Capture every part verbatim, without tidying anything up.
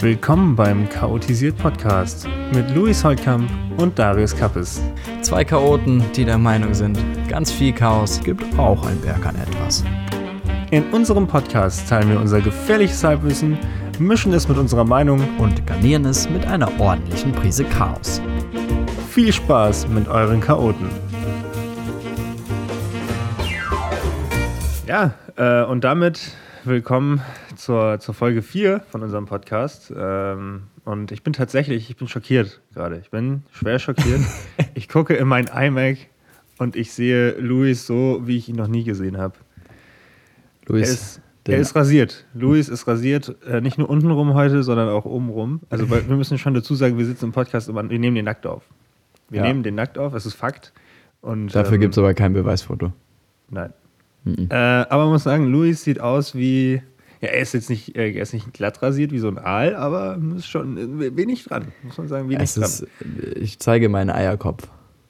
Willkommen beim Chaotisiert Podcast mit Luis Holtkamp und Darius Kappes. Zwei Chaoten, die der Meinung sind, ganz viel Chaos gibt auch ein Berg an etwas. In unserem Podcast teilen wir unser gefährliches Halbwissen, mischen es mit unserer Meinung und garnieren es mit einer ordentlichen Prise Chaos. Viel Spaß mit euren Chaoten. Ja, äh, und damit willkommen zur, zur Folge vier von unserem Podcast. Ähm, und ich bin tatsächlich, ich bin schockiert gerade. Ich bin schwer schockiert. Ich gucke in mein iMac und ich sehe Luis so, wie ich ihn noch nie gesehen habe. Luis, er ist, er ist rasiert. Luis ist rasiert, äh, nicht nur untenrum heute, sondern auch obenrum. Also weil, wir müssen schon dazu sagen, wir sitzen im Podcast und wir nehmen den nackt auf. Wir ja. nehmen den nackt auf, es ist Fakt. Und, Dafür ähm, gibt es aber kein Beweisfoto. Nein. Mhm. Äh, aber man muss sagen, Luis sieht aus wie, ja, er ist jetzt nicht, er ist nicht glatt rasiert wie so ein Aal, aber ist schon wenig dran, muss man sagen, wenig es dran. Ist, ich zeige meinen Eierkopf.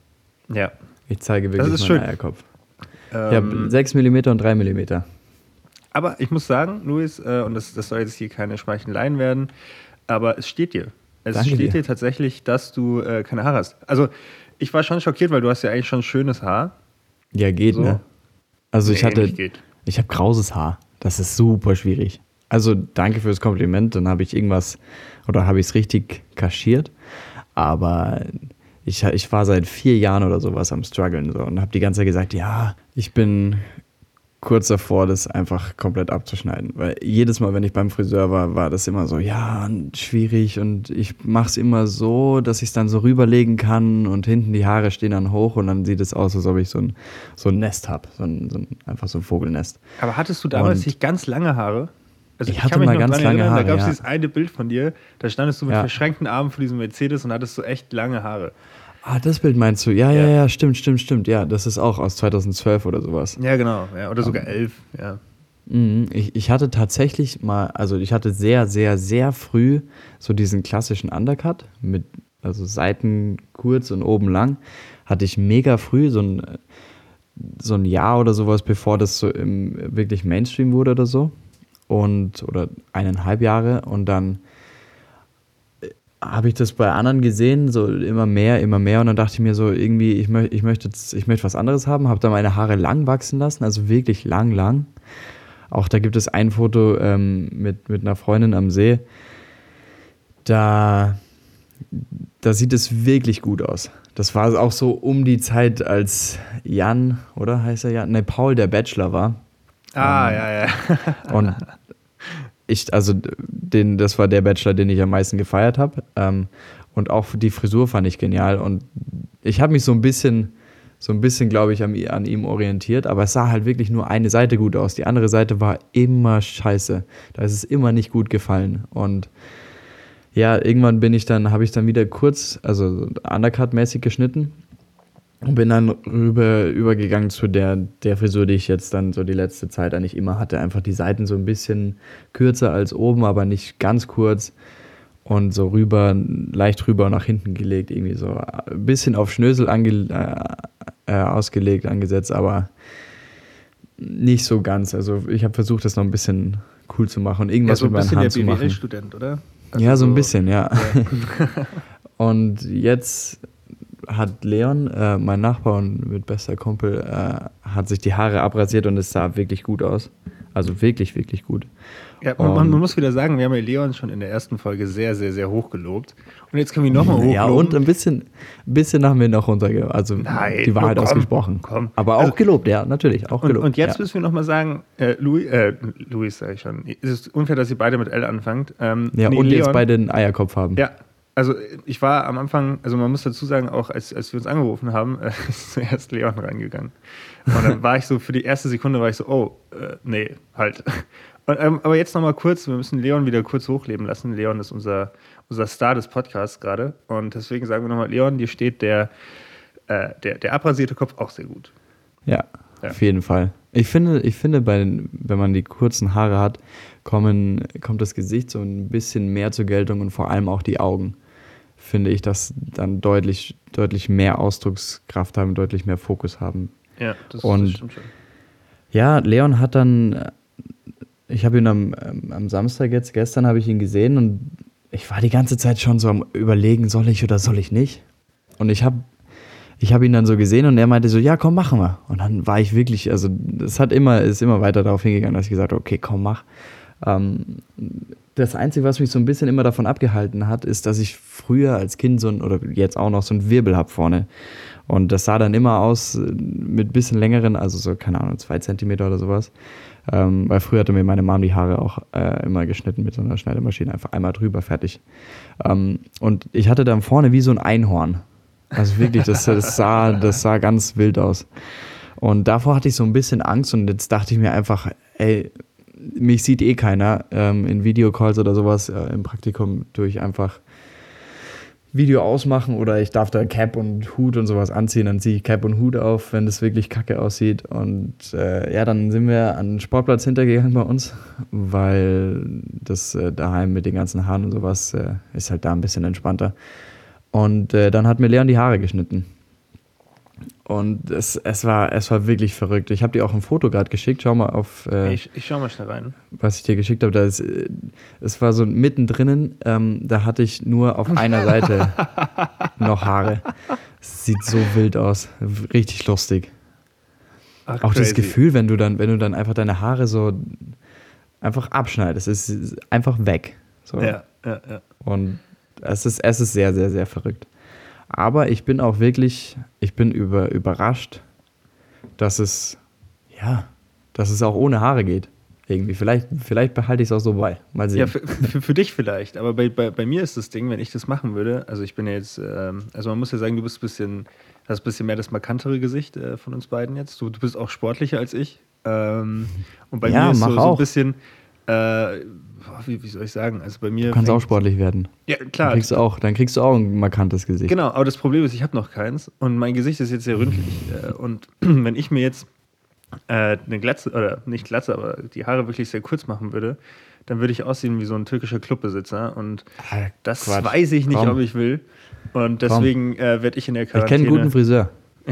Ja. Ich zeige wirklich das ist meinen schön. Eierkopf. Ähm, ich habe sechs Millimeter und drei Millimeter. Aber ich muss sagen, Luis, äh, und das, das soll jetzt hier keine Schmeicheleien werden, aber es steht dir. Es Danke steht dir. dir tatsächlich, dass du äh, keine Haare hast. Also ich war schon schockiert, weil du hast ja eigentlich schon schönes Haar. Ja, geht, so. ne? Also nee, ich hatte, nicht geht. ich habe graues Haar. Das ist super schwierig. Also danke fürs Kompliment, dann habe ich irgendwas, oder habe ich es richtig kaschiert. Aber ich, ich war seit vier Jahren oder sowas am struggeln so, und habe die ganze Zeit gesagt, ja, ich bin kurz davor, das einfach komplett abzuschneiden. Weil jedes Mal, wenn ich beim Friseur war, war das immer so, ja, schwierig, und ich mache es immer so, dass ich es dann so rüberlegen kann und hinten die Haare stehen dann hoch und dann sieht es aus, als ob ich so ein, so ein Nest habe, so ein, so ein, einfach so ein Vogelnest. Aber hattest du damals Und nicht ganz lange Haare? Also ich ich hatte kann mich mal noch ganz dran lange erinnern, Haare, da gab es ja. dieses eine Bild von dir, da standest du mit Ja. verschränkten Armen vor diesem Mercedes und hattest so echt lange Haare. Ah, das Bild meinst du? Ja, Ja. ja, ja, stimmt, stimmt, stimmt. Ja, das ist auch aus zweitausendzwölf oder sowas. Ja, genau. Ja, oder sogar elf, ja. Mhm. Ich, ich hatte tatsächlich mal, also ich hatte sehr, sehr, sehr früh so diesen klassischen Undercut mit, also Seiten kurz und oben lang. Hatte ich mega früh, so ein, so ein Jahr oder sowas, bevor das so im wirklich Mainstream wurde oder so. Und, oder eineinhalb Jahre. Und dann habe ich das bei anderen gesehen, so immer mehr, immer mehr, und dann dachte ich mir so, irgendwie, ich, mö- ich, möchte, jetzt, ich möchte was anderes haben, habe dann meine Haare lang wachsen lassen, also wirklich lang, lang. Auch da gibt es ein Foto ähm, mit, mit einer Freundin am See, da, da sieht es wirklich gut aus. Das war auch so um die Zeit, als Jan, oder heißt er Jan? Ne, Paul, der Bachelor war. Ah, ähm, ja, ja. Und ich, also den, das war der Bachelor, den ich am meisten gefeiert habe. Ähm, und auch die Frisur fand ich genial. Und ich habe mich so ein bisschen, so ein bisschen, glaube ich, an, an ihm orientiert. Aber es sah halt wirklich nur eine Seite gut aus. Die andere Seite war immer scheiße. Da ist es immer nicht gut gefallen. Und ja, irgendwann bin ich dann, habe ich dann wieder kurz, also Undercut-mäßig geschnitten. Und bin dann rüber, übergegangen zu der, der Frisur, die ich jetzt dann so die letzte Zeit eigentlich immer hatte. Einfach die Seiten so ein bisschen kürzer als oben, aber nicht ganz kurz. Und so rüber, leicht rüber und nach hinten gelegt. Irgendwie so ein bisschen auf Schnösel ange, äh, äh, ausgelegt, angesetzt, aber nicht so ganz. Also ich habe versucht, das noch ein bisschen cool zu machen und irgendwas Ja, so ein mit meinen bisschen Haaren der zu B W machen. L-Student, oder? Also Ja, so ein bisschen, ja. ja. Und jetzt hat Leon, äh, mein Nachbar und mit bester Kumpel, äh, hat sich die Haare abrasiert und es sah wirklich gut aus. Also wirklich, wirklich gut. Ja, man, man, man muss wieder sagen, wir haben ja Leon schon in der ersten Folge sehr, sehr, sehr hoch gelobt. Und jetzt können wir ihn nochmal hochloben. Ja, und ein bisschen, ein bisschen haben wir noch runterge... Also Nein, die Wahrheit komm, ausgesprochen. Komm. Aber auch Also, gelobt, ja, natürlich, auch und, gelobt. und jetzt ja. müssen wir nochmal sagen, äh, Louis, äh, Louis sage ich schon, es ist unfair, dass ihr beide mit L anfangt. Ähm, Ja, nee, und Leon, jetzt beide einen Eierkopf haben. Ja, also ich war am Anfang, also man muss dazu sagen, auch als, als wir uns angerufen haben, äh, ist zuerst Leon reingegangen. Und dann war ich so, für die erste Sekunde war ich so, oh, äh, nee, halt. Und, ähm, aber jetzt nochmal kurz, wir müssen Leon wieder kurz hochleben lassen. Leon ist unser, unser Star des Podcasts gerade. Und deswegen sagen wir nochmal, Leon, dir steht der, äh, der, der abrasierte Kopf auch sehr gut. Ja, Ja. auf jeden Fall. Ich finde, ich finde bei den, wenn man die kurzen Haare hat, kommen, kommt das Gesicht so ein bisschen mehr zur Geltung und vor allem auch die Augen. Finde ich, dass dann deutlich, deutlich mehr Ausdruckskraft haben, deutlich mehr Fokus haben. Ja, das, Und das stimmt schon. Ja, Leon hat dann, ich habe ihn am, am Samstag jetzt, gestern habe ich ihn gesehen und ich war die ganze Zeit schon so am Überlegen, soll ich oder soll ich nicht? Und ich habe ich hab ihn dann so gesehen und er meinte so, ja, komm, machen wir. Und dann war ich wirklich, also es hat immer, ist immer weiter darauf hingegangen, dass ich gesagt habe, okay, komm, mach. Ähm, das Einzige, was mich so ein bisschen immer davon abgehalten hat, ist, dass ich früher als Kind so ein, oder jetzt auch noch so einen Wirbel habe vorne. Und das sah dann immer aus mit ein bisschen längeren, also so, keine Ahnung, zwei Zentimeter oder sowas. Ähm, weil früher hatte mir meine Mom die Haare auch äh, immer geschnitten mit so einer Schneidemaschine, einfach einmal drüber, fertig. Ähm, und ich hatte dann vorne wie so ein Einhorn. Also wirklich, das, das, sah, das sah ganz wild aus. Und davor hatte ich so ein bisschen Angst und jetzt dachte ich mir einfach, ey, mich sieht eh keiner ähm, in Videocalls oder sowas. Äh, Im Praktikum tue ich einfach Video ausmachen oder ich darf da Cap und Hut und sowas anziehen, dann ziehe ich Cap und Hut auf, wenn das wirklich kacke aussieht. Und äh, ja, dann sind wir an den Sportplatz hintergegangen bei uns, weil das äh, daheim mit den ganzen Haaren und sowas äh, ist halt da ein bisschen entspannter. Und äh, dann hat mir Leon die Haare geschnitten. Und es, es, war, es war wirklich verrückt. Ich habe dir auch ein Foto gerade geschickt. Schau mal auf. Äh, ich, ich schau mal schnell rein. Was ich dir geschickt habe. Da ist, es war so mittendrin. Ähm, da hatte ich nur auf einer Seite noch Haare. Es sieht so wild aus. Richtig lustig. Ach, auch crazy. das Gefühl, wenn du dann, wenn du dann einfach deine Haare so einfach abschneidest. Es ist einfach weg. So. Ja, ja, ja. Und es ist, es ist sehr, sehr, sehr verrückt. Aber ich bin auch wirklich, ich bin über, überrascht, dass es, ja, dass es auch ohne Haare geht. Irgendwie. Vielleicht, vielleicht behalte ich es auch so bei. Mal sehen. Ja, für, für, für dich vielleicht. Aber bei, bei, bei mir ist das Ding, wenn ich das machen würde, also ich bin ja jetzt, ähm, also man muss ja sagen, du bist ein bisschen, hast ein bisschen mehr das markantere Gesicht äh, von uns beiden jetzt. Du, du bist auch sportlicher als ich. Ähm, und bei ja, mir ist mach so, so auch. ein bisschen, äh, wie, wie soll ich sagen, also bei mir... Du kannst auch sportlich werden. Ja, klar. Dann kriegst du auch, dann kriegst du auch ein markantes Gesicht. Genau, aber das Problem ist, ich habe noch keins und mein Gesicht ist jetzt sehr ründlich. äh, und wenn ich mir jetzt äh, eine Glatze, oder nicht Glatze, aber die Haare wirklich sehr kurz machen würde, dann würde ich aussehen wie so ein türkischer Clubbesitzer und Ah, das Quatsch. weiß ich nicht, Komm. ob ich will. Und deswegen äh, werde ich in der Ich Quarantäne... kenne einen guten Friseur.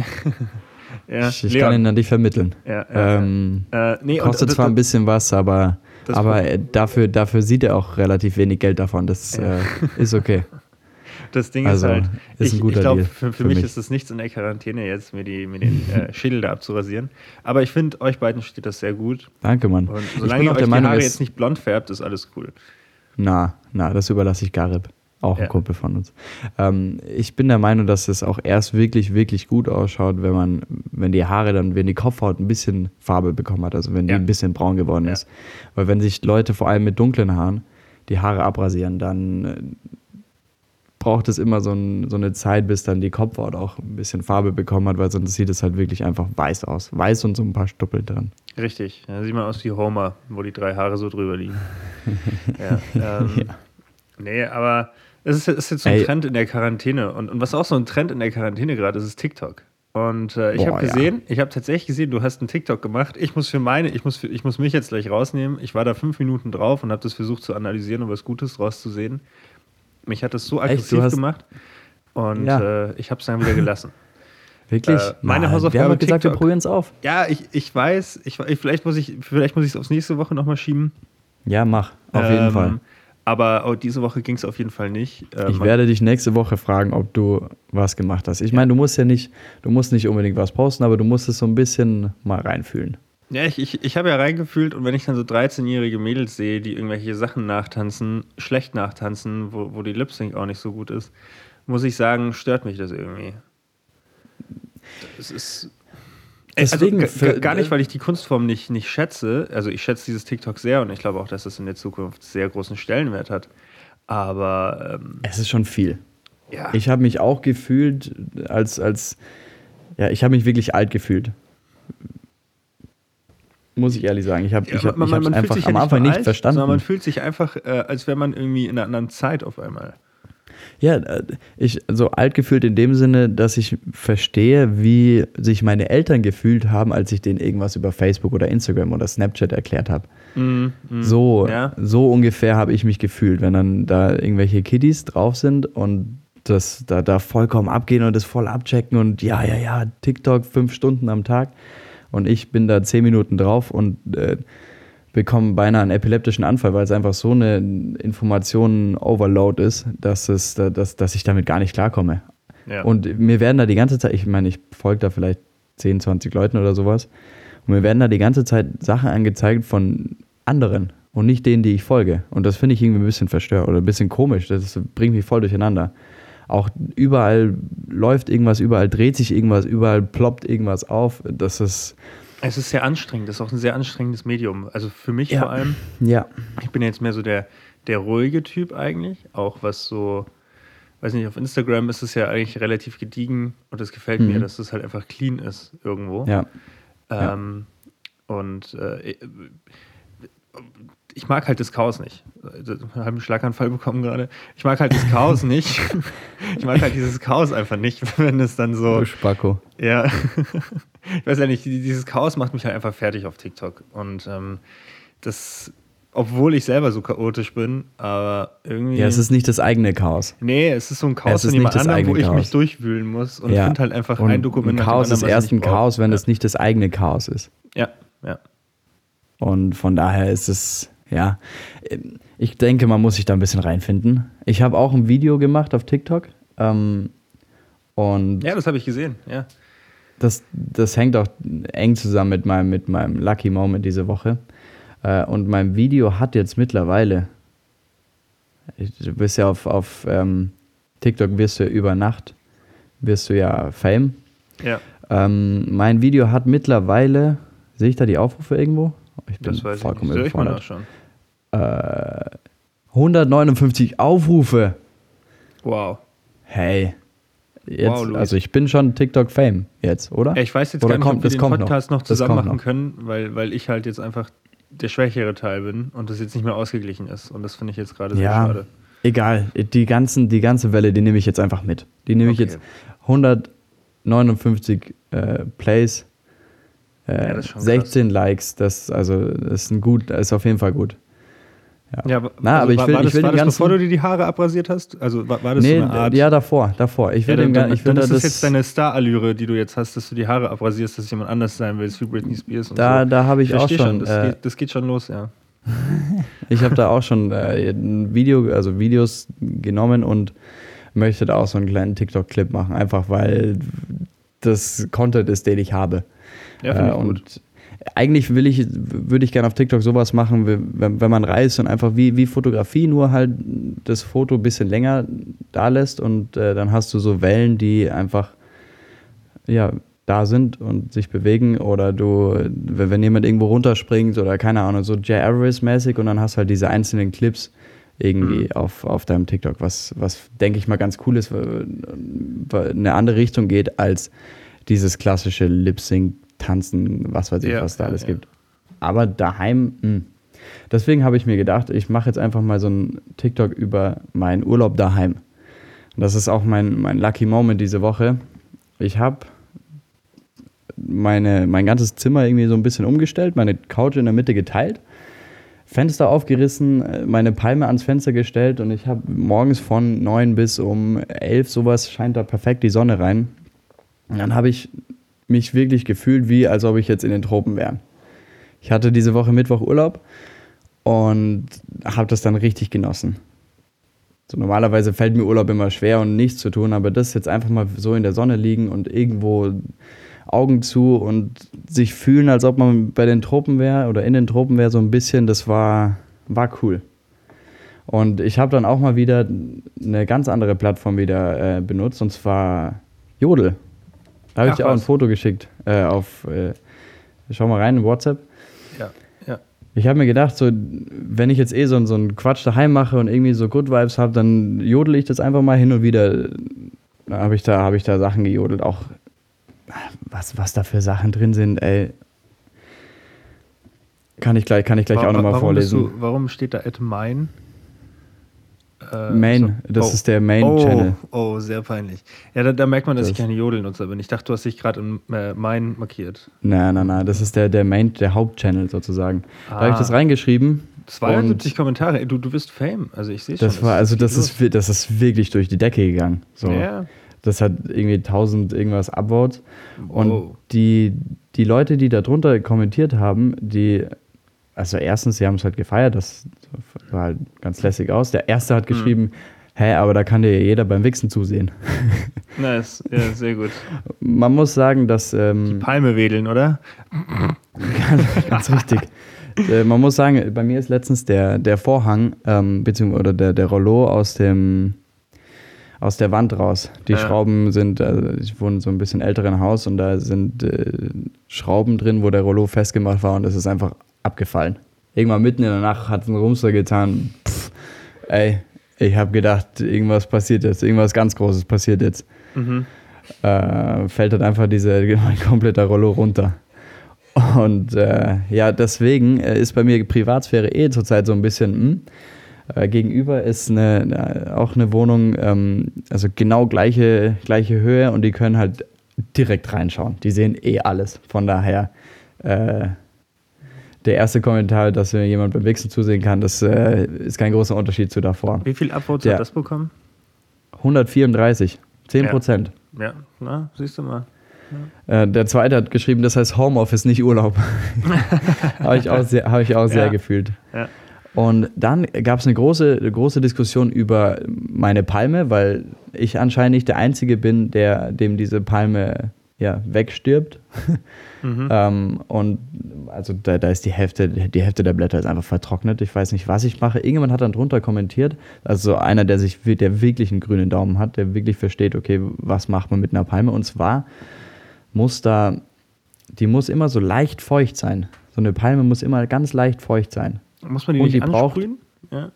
ja, Ich, ich Leon. kann ihn an dich vermitteln. Ja, ja, ähm, äh, nee, kostet und, zwar und, ein bisschen was, aber, Das aber Problem- äh, dafür, dafür sieht er auch relativ wenig Geld davon. Das Ja. äh, ist okay. Das Ding Also, ist halt, ist ein ich, guter ich glaube, Deal für, für, für mich, mich. ist es nichts in der Quarantäne jetzt, mir, die, mir den äh, Schädel da abzurasieren. Aber ich finde, euch beiden steht das sehr gut. Danke, Mann. Und Ich solange bin ihr auch euch der die Meinung, Haare es- jetzt nicht blond färbt, ist alles cool. Na, na, das überlasse ich Garib. Auch ein Ja. Kumpel von uns. Ähm, ich bin der Meinung, dass es auch erst wirklich, wirklich gut ausschaut, wenn man, wenn die Haare dann, wenn die Kopfhaut ein bisschen Farbe bekommen hat, also wenn die Ja. ein bisschen braun geworden Ja. ist. Weil wenn sich Leute vor allem mit dunklen Haaren die Haare abrasieren, dann äh, braucht es immer so, ein, so eine Zeit, bis dann die Kopfhaut auch ein bisschen Farbe bekommen hat, weil sonst sieht es halt wirklich einfach weiß aus. Weiß und so ein paar Stuppel dran. Richtig. Da sieht man aus wie Homer, wo die drei Haare so drüber liegen. ja, ähm, Ja. Nee, aber es ist, ist jetzt so ein Ey. Trend in der Quarantäne. Und, und was auch so ein Trend in der Quarantäne gerade ist, ist TikTok. Und äh, ich Boah, habe ja. gesehen, ich habe tatsächlich gesehen, du hast einen TikTok gemacht. Ich muss für meine, ich muss, für, ich muss mich jetzt gleich rausnehmen. Ich war da fünf Minuten drauf und habe das versucht zu analysieren und was Gutes rauszusehen. Mich hat das so Echt? aggressiv Du hast- gemacht und Ja. äh, ich habe es dann wieder gelassen. Wirklich? Äh, meine Na, Hausaufgabe Wir haben doch gesagt, wir TikTok. probieren es auf. Ja, ich, ich weiß, ich, ich, vielleicht muss ich vielleicht muss ich es aufs nächste Woche nochmal schieben. Ja, mach. Auf jeden Ähm, Fall. Aber auch diese Woche ging es auf jeden Fall nicht. Äh, Ich man- werde dich nächste Woche fragen, ob du was gemacht hast. Ich meine, du musst ja nicht, du musst nicht unbedingt was posten, aber du musst es so ein bisschen mal reinfühlen. Ja, ich, ich, ich habe ja reingefühlt und wenn ich dann so dreizehnjährige Mädels sehe, die irgendwelche Sachen nachtanzen, schlecht nachtanzen, wo, wo die Lip-Sync auch nicht so gut ist, muss ich sagen, stört mich das irgendwie. Das ist... Deswegen also, für- g- gar nicht, weil ich die Kunstform nicht, nicht schätze. Also ich schätze dieses TikTok sehr und ich glaube auch, dass es in der Zukunft sehr großen Stellenwert hat. Aber ähm, Es ist schon viel. ja, Ich habe mich auch gefühlt als, als ja, ich habe mich wirklich alt gefühlt. Muss ich ehrlich sagen. Ich habe Ja, ich hab, man, ich man, hab's man fühlt einfach sich am ja Anfang nur nicht alt, verstanden. Sondern man fühlt sich einfach, äh, als wäre man irgendwie in einer anderen Zeit auf einmal. Ja, äh, ich so alt gefühlt in dem Sinne, dass ich verstehe, wie sich meine Eltern gefühlt haben, als ich denen irgendwas über Facebook oder Instagram oder Snapchat erklärt habe. Mm, mm, So, ja. so ungefähr habe ich mich gefühlt, wenn dann da irgendwelche Kiddies drauf sind und das da, da vollkommen abgehen und das voll abchecken und ja, ja, ja, TikTok fünf Stunden am Tag und ich bin da zehn Minuten drauf und äh, bekomme beinahe einen epileptischen Anfall, weil es einfach so eine Informationen-Overload ist, dass, es, dass, dass ich damit gar nicht klarkomme. Ja. Und mir werden da die ganze Zeit, ich meine, ich folge da vielleicht zehn, zwanzig Leuten oder sowas, und mir werden da die ganze Zeit Sachen angezeigt von anderen und nicht denen, die ich folge. Und das finde ich irgendwie ein bisschen verstört oder ein bisschen komisch. Das bringt mich voll durcheinander. Auch überall läuft irgendwas, überall dreht sich irgendwas, überall ploppt irgendwas auf. Das ist... Es ist sehr anstrengend, das ist auch ein sehr anstrengendes Medium. Also für mich Ja. vor allem. Ja. Ich bin jetzt mehr so der, der ruhige Typ eigentlich, auch was so, weiß nicht, auf Instagram ist es ja eigentlich relativ gediegen und es gefällt Mhm. mir, dass es halt einfach clean ist irgendwo. Ja. Ähm, und äh, ich mag halt das Chaos nicht. Ich habe einen Schlaganfall bekommen gerade. Ich mag halt das Chaos nicht. Ich mag halt dieses Chaos einfach nicht, wenn es dann so... Du Spacko. Ja, ich weiß ja nicht, dieses Chaos macht mich halt einfach fertig auf TikTok. Und ähm, das, obwohl ich selber so chaotisch bin, aber irgendwie... Ja, es ist nicht das eigene Chaos. Nee, es ist so ein Chaos Es ist von jemand nicht das anderem, wo eigene ich Chaos. mich durchwühlen muss und Ja. finde halt einfach Und ein Dokument ein nach dem Chaos anderen, ist was ich erst nicht ein brauche. Chaos, wenn ja. es nicht das eigene Chaos ist. Ja, ja. Und von daher ist es, ja, ich denke, man muss sich da ein bisschen reinfinden. Ich habe auch ein Video gemacht auf TikTok. Ähm, und Ja, das habe ich gesehen, ja. das, das hängt auch eng zusammen mit meinem, mit meinem Lucky Moment diese Woche. Äh, und mein Video hat jetzt mittlerweile, du bist ja auf, auf ähm, TikTok, wirst du ja über Nacht, wirst du ja Fame. Ja, Ähm, mein Video hat mittlerweile, sehe ich da die Aufrufe irgendwo? Ich bin das weiß ich nicht. vollkommen Soll ich mal überfordert. nachschauen? Äh, hundertneunundfünfzig Aufrufe. Wow. Hey. Jetzt, Wow, Luis. also ich bin schon TikTok-Fame jetzt, oder? Ja, ich weiß jetzt Oder gar nicht, kommt- ob wir das den kommt Podcast noch, noch. Das zusammen kommt machen noch. können, weil, weil ich halt jetzt einfach der schwächere Teil bin und das jetzt nicht mehr ausgeglichen ist. Und das finde ich jetzt gerade sehr Ja, schade. egal. Die, ganzen, die ganze Welle, die nehme ich jetzt einfach mit. Die nehme ich Okay. jetzt hundertneunundfünfzig äh, Plays, äh, Ja, das ist schon krass. sechzehn Likes. Das, also, das ist, ein gut, das ist auf jeden Fall gut. Ja. Ja, aber, Na, also aber ich war, will- war ich das, will war den das ganzen- bevor du dir die Haare abrasiert hast? Also war, war das Nee, so eine Art... ja, davor, davor. Ich will Ja, dem dann, gar, ich will dann da ist das das, jetzt deine Star-Allüre, die du jetzt hast, dass du die Haare abrasierst, dass du jemand anders sein willst, wie Britney Spears und da, so. da habe ich auch versteh schon, Das, äh, geht, das geht schon los, ja. ich habe da auch schon äh, ein Video, also Videos genommen und möchte da auch so einen kleinen TikTok-Clip machen, einfach weil das Content ist, den ich habe. Ja, finde Äh, ich gut. und eigentlich will ich, würde ich gerne auf TikTok sowas machen, wie- wenn, wenn man reist und einfach wie, wie Fotografie, nur halt das Foto ein bisschen länger da lässt und äh, dann hast du so Wellen, die einfach ja, da sind und sich bewegen oder du, wenn wenn jemand irgendwo runterspringt oder keine Ahnung, so Jay Everest-mäßig und dann hast du halt diese einzelnen Clips irgendwie Mhm. auf, auf deinem TikTok, was, was denke ich mal ganz cool ist, weil weil eine andere Richtung geht als dieses klassische Lip-Sync, Tanzen, was weiß ich, Ja, was da ja, alles ja. gibt. Aber daheim, mh. Deswegen habe ich mir gedacht, ich mache jetzt einfach mal so ein TikTok über meinen Urlaub daheim. Und das ist auch mein, mein Lucky Moment diese Woche. Ich habe meine, mein ganzes Zimmer irgendwie so ein bisschen umgestellt, meine Couch in der Mitte geteilt, Fenster aufgerissen, äh, meine Palme ans Fenster gestellt und ich habe morgens von neun bis um elf sowas, scheint da perfekt die Sonne rein. Und dann habe ich mich wirklich gefühlt, wie als ob ich jetzt in den Tropen wäre. Ich hatte diese Woche Mittwoch Urlaub und habe das dann richtig genossen. So, normalerweise fällt mir Urlaub immer schwer und nichts zu tun, aber das jetzt einfach mal so in der Sonne liegen und irgendwo Augen zu und sich fühlen, als ob man bei den Tropen wäre oder in den Tropen wäre, so ein bisschen, das war, war cool. Und ich habe dann auch mal wieder eine ganz andere Plattform wieder äh, benutzt, und zwar Jodel. Da habe ich Ach, dir auch ein was? Foto geschickt äh, auf, äh, schau mal rein in WhatsApp. Ja, ja. Ich habe mir gedacht, so, wenn ich jetzt eh so, so einen Quatsch daheim mache und irgendwie so Good Vibes habe, dann jodel ich das einfach mal hin und wieder. Da habe ich, da, hab ich da Sachen gejodelt. Auch was, was da für Sachen drin sind, ey. Kann ich gleich, kann ich gleich Wa- auch nochmal warum bist vorlesen. Du, warum steht da at mine? Äh, Main, so- das oh. ist der Main-Channel. Oh, oh, sehr peinlich. Ja, da, da merkt man, dass Das- ich keine Jodelnutzer bin. Ich dachte, du hast dich gerade in äh, Mine markiert. Nein, nein, nein, das ist der, der Main, der Hauptchannel sozusagen. Da habe ich Ah. das reingeschrieben. zweiundsiebzig Kommentare. Ey, du, du bist Fame. Also ich sehe schon. Das war, also das ist, wi- das ist wirklich durch die Decke gegangen. So. Ja. Das hat irgendwie tausend irgendwas Upvotes. Und Wow. die, die Leute, die da drunter kommentiert haben, die also erstens, sie haben es halt gefeiert, das war halt ganz lässig aus. Der erste hat geschrieben, mhm. hä, aber da kann dir jeder beim Wichsen zusehen. Nice, ja, sehr gut. Man muss sagen, dass... Ähm, Die Palme wedeln, oder? ganz, ganz richtig. äh, man muss sagen, bei mir ist letztens der, der Vorhang, ähm, beziehungsweise oder der, der Rollo aus dem... aus der Wand raus. Die ja. Schrauben sind, also ich wohne in so ein bisschen älteren Haus und da sind äh, Schrauben drin, wo der Rollo festgemacht war und es ist einfach abgefallen. Irgendwann mitten in der Nacht hat es einen Rumster getan. Pff, ey, ich habe gedacht, irgendwas passiert jetzt, irgendwas ganz Großes passiert jetzt. Mhm. Äh, fällt halt einfach dieser ein kompletter Rollo runter. Und äh, ja, deswegen ist bei mir Privatsphäre eh zurzeit so ein bisschen... Mh, Äh, gegenüber ist eine, auch eine Wohnung, ähm, also genau gleiche, gleiche Höhe und die können halt direkt reinschauen. Die sehen eh alles. Von daher, äh, der erste Kommentar, dass mir jemand beim Wichsen zusehen kann, das äh, ist kein großer Unterschied zu davor. Wie viel Upvotes der, hat das bekommen? hundertvierunddreißig, zehn Prozent. Ja, ja. Na, siehst du mal. Ja. Äh, der zweite hat geschrieben, das heißt Homeoffice, nicht Urlaub. Habe ich auch sehr, hab ich auch sehr ja. gefühlt. Ja. Und dann gab es eine große, große Diskussion über meine Palme, weil ich anscheinend nicht der Einzige bin, der dem diese Palme ja, wegstirbt. Mhm. ähm, und also da, da ist die Hälfte, die Hälfte der Blätter ist einfach vertrocknet. Ich weiß nicht, was ich mache. Irgendjemand hat dann drunter kommentiert, also einer, der sich, der wirklich einen grünen Daumen hat, der wirklich versteht, okay, was macht man mit einer Palme? Und zwar muss da, die muss immer so leicht feucht sein. So eine Palme muss immer ganz leicht feucht sein. Muss man die und nicht die ansprühen? Braucht, ja.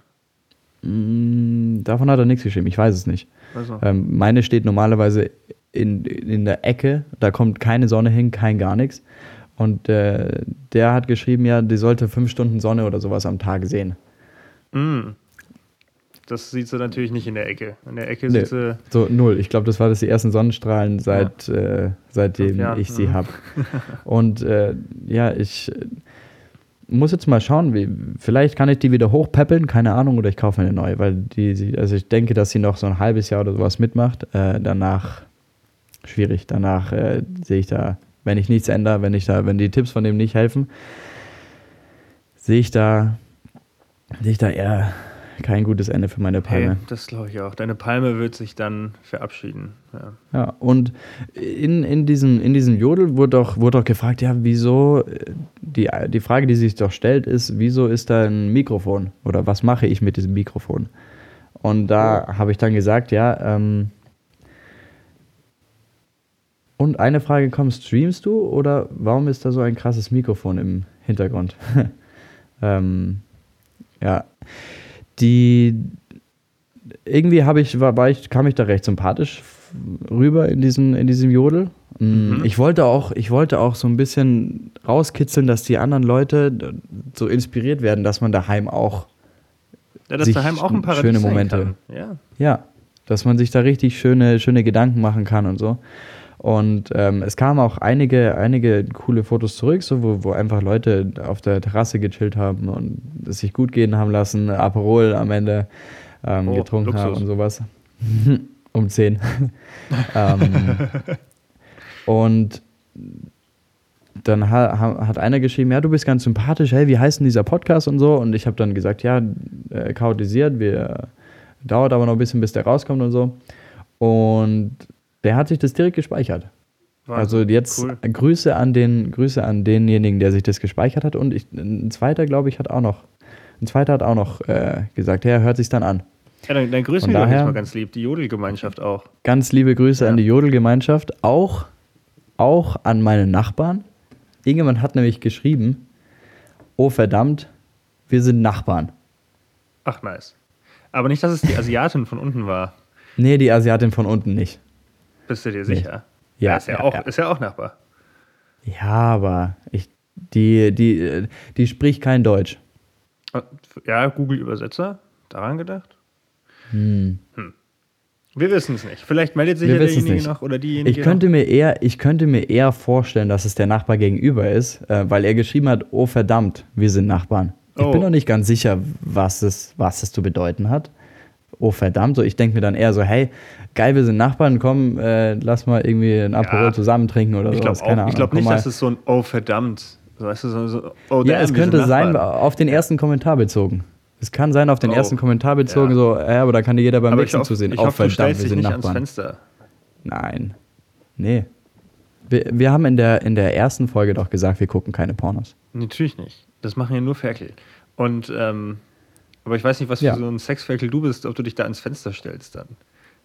mh, davon hat er nichts geschrieben, ich weiß es nicht. Also. Ähm, meine steht normalerweise in, in der Ecke, da kommt keine Sonne hin, kein gar nichts. Und äh, der hat geschrieben, ja, die sollte fünf Stunden Sonne oder sowas am Tag sehen. Mm. Das sieht sie natürlich nicht in der Ecke. In der Ecke nee, sieht sie... So null. Ich glaube, das war das die ersten Sonnenstrahlen, seit, ja. äh, seitdem Jahren, ich sie ja. habe. Und äh, ja, ich... muss jetzt mal schauen, wie, vielleicht kann ich die wieder hochpäppeln, keine Ahnung, oder ich kaufe mir eine neue, weil die, also ich denke, dass sie noch so ein halbes Jahr oder sowas mitmacht. Äh, danach schwierig. Danach äh, sehe ich da, wenn ich nichts ändere, wenn ich da, wenn die Tipps von dem nicht helfen, sehe ich da, sehe ich da eher kein gutes Ende für meine Palme. Hey, das glaube ich auch. Deine Palme wird sich dann verabschieden. Ja, ja und in, in, diesem, in diesem Jodel wurde auch, wurde auch gefragt, ja, wieso, die, die Frage, die sich doch stellt, ist, wieso ist da ein Mikrofon? Oder was mache ich mit diesem Mikrofon? Und da oh. habe ich dann gesagt, ja, ähm, und eine Frage kommt, streamst du oder warum ist da so ein krasses Mikrofon im Hintergrund? ähm, ja, die irgendwie habe ich, war, war ich, kam ich da recht sympathisch rüber in diesem, in diesem Jodel. Mhm. Ich wollte auch, ich wollte auch so ein bisschen rauskitzeln, dass die anderen Leute so inspiriert werden, dass man daheim auch ja, dass sich daheim auch ein Paradies schöne Momente, sein kann. Ja. ja, dass man sich da richtig schöne, schöne Gedanken machen kann und so. Und ähm, es kamen auch einige, einige coole Fotos zurück, so, wo, wo einfach Leute auf der Terrasse gechillt haben und es sich gut gehen haben lassen, Aperol am Ende ähm, oh, getrunken Luxus. haben und sowas. um zehn. ähm, und dann ha, hat einer geschrieben, ja, du bist ganz sympathisch, hey, wie heißt denn dieser Podcast und so? Und ich habe dann gesagt, ja, äh, chaotisiert, wir, dauert aber noch ein bisschen, bis der rauskommt und so. Und der hat sich das direkt gespeichert. Wahnsinn, also jetzt cool. Grüße an den Grüße an denjenigen, der sich das gespeichert hat. Und ich, ein zweiter, glaube ich, hat auch noch, ein zweiter hat auch noch äh, gesagt, ja, hört sich's dann an. Ja, dann, dann grüßen wir doch mal ganz lieb, die Jodelgemeinschaft auch. Ganz liebe Grüße ja. an die Jodelgemeinschaft, auch, auch an meine Nachbarn. Irgendjemand hat nämlich geschrieben, oh verdammt, wir sind Nachbarn. Ach, nice. Aber nicht, dass es die Asiatin von unten war. Nee, die Asiatin von unten nicht. Bist du dir sicher? Nee. Ja, ja, ist ja, ja, auch, ja. ist ja auch Nachbar. Ja, aber ich, die, die, die spricht kein Deutsch. Ja, Google-Übersetzer, daran gedacht? Hm. Hm. Wir wissen es nicht. Vielleicht meldet sich ja derjenige noch oder diejenige ich könnte noch. Mir eher, ich könnte mir eher vorstellen, dass es der Nachbar gegenüber ist, äh, weil er geschrieben hat, oh verdammt, wir sind Nachbarn. Ich oh. bin noch nicht ganz sicher, was es, was es zu bedeuten hat. Oh verdammt, so ich denke mir dann eher so, hey, geil, wir sind Nachbarn, komm, äh, lass mal irgendwie ein Aperol ja, zusammen trinken oder ich sowas. Keine Ahnung. Ich glaube nicht, mal. dass es so ein oh verdammt So, weißt du, so, so oh, Ja, damn, es wir sind könnte sein, Nachbarn. auf den ersten Kommentar bezogen. Es kann sein, auf den Oh, ersten Kommentar bezogen, ja. so, ja, aber da kann dir jeder beim Aber ich nächsten hoffe, zusehen. ich Oh, hoffe, du verdammt, stellst wir dich sind nicht ans Nachbarn. Fenster. Nein. Nee. Wir, wir haben in der, in der ersten Folge doch gesagt, wir gucken keine Pornos. Natürlich nicht. Das machen ja nur Ferkel. Und, ähm, aber ich weiß nicht, was Ja. für so ein Sexferkel du bist, ob du dich da ans Fenster stellst dann.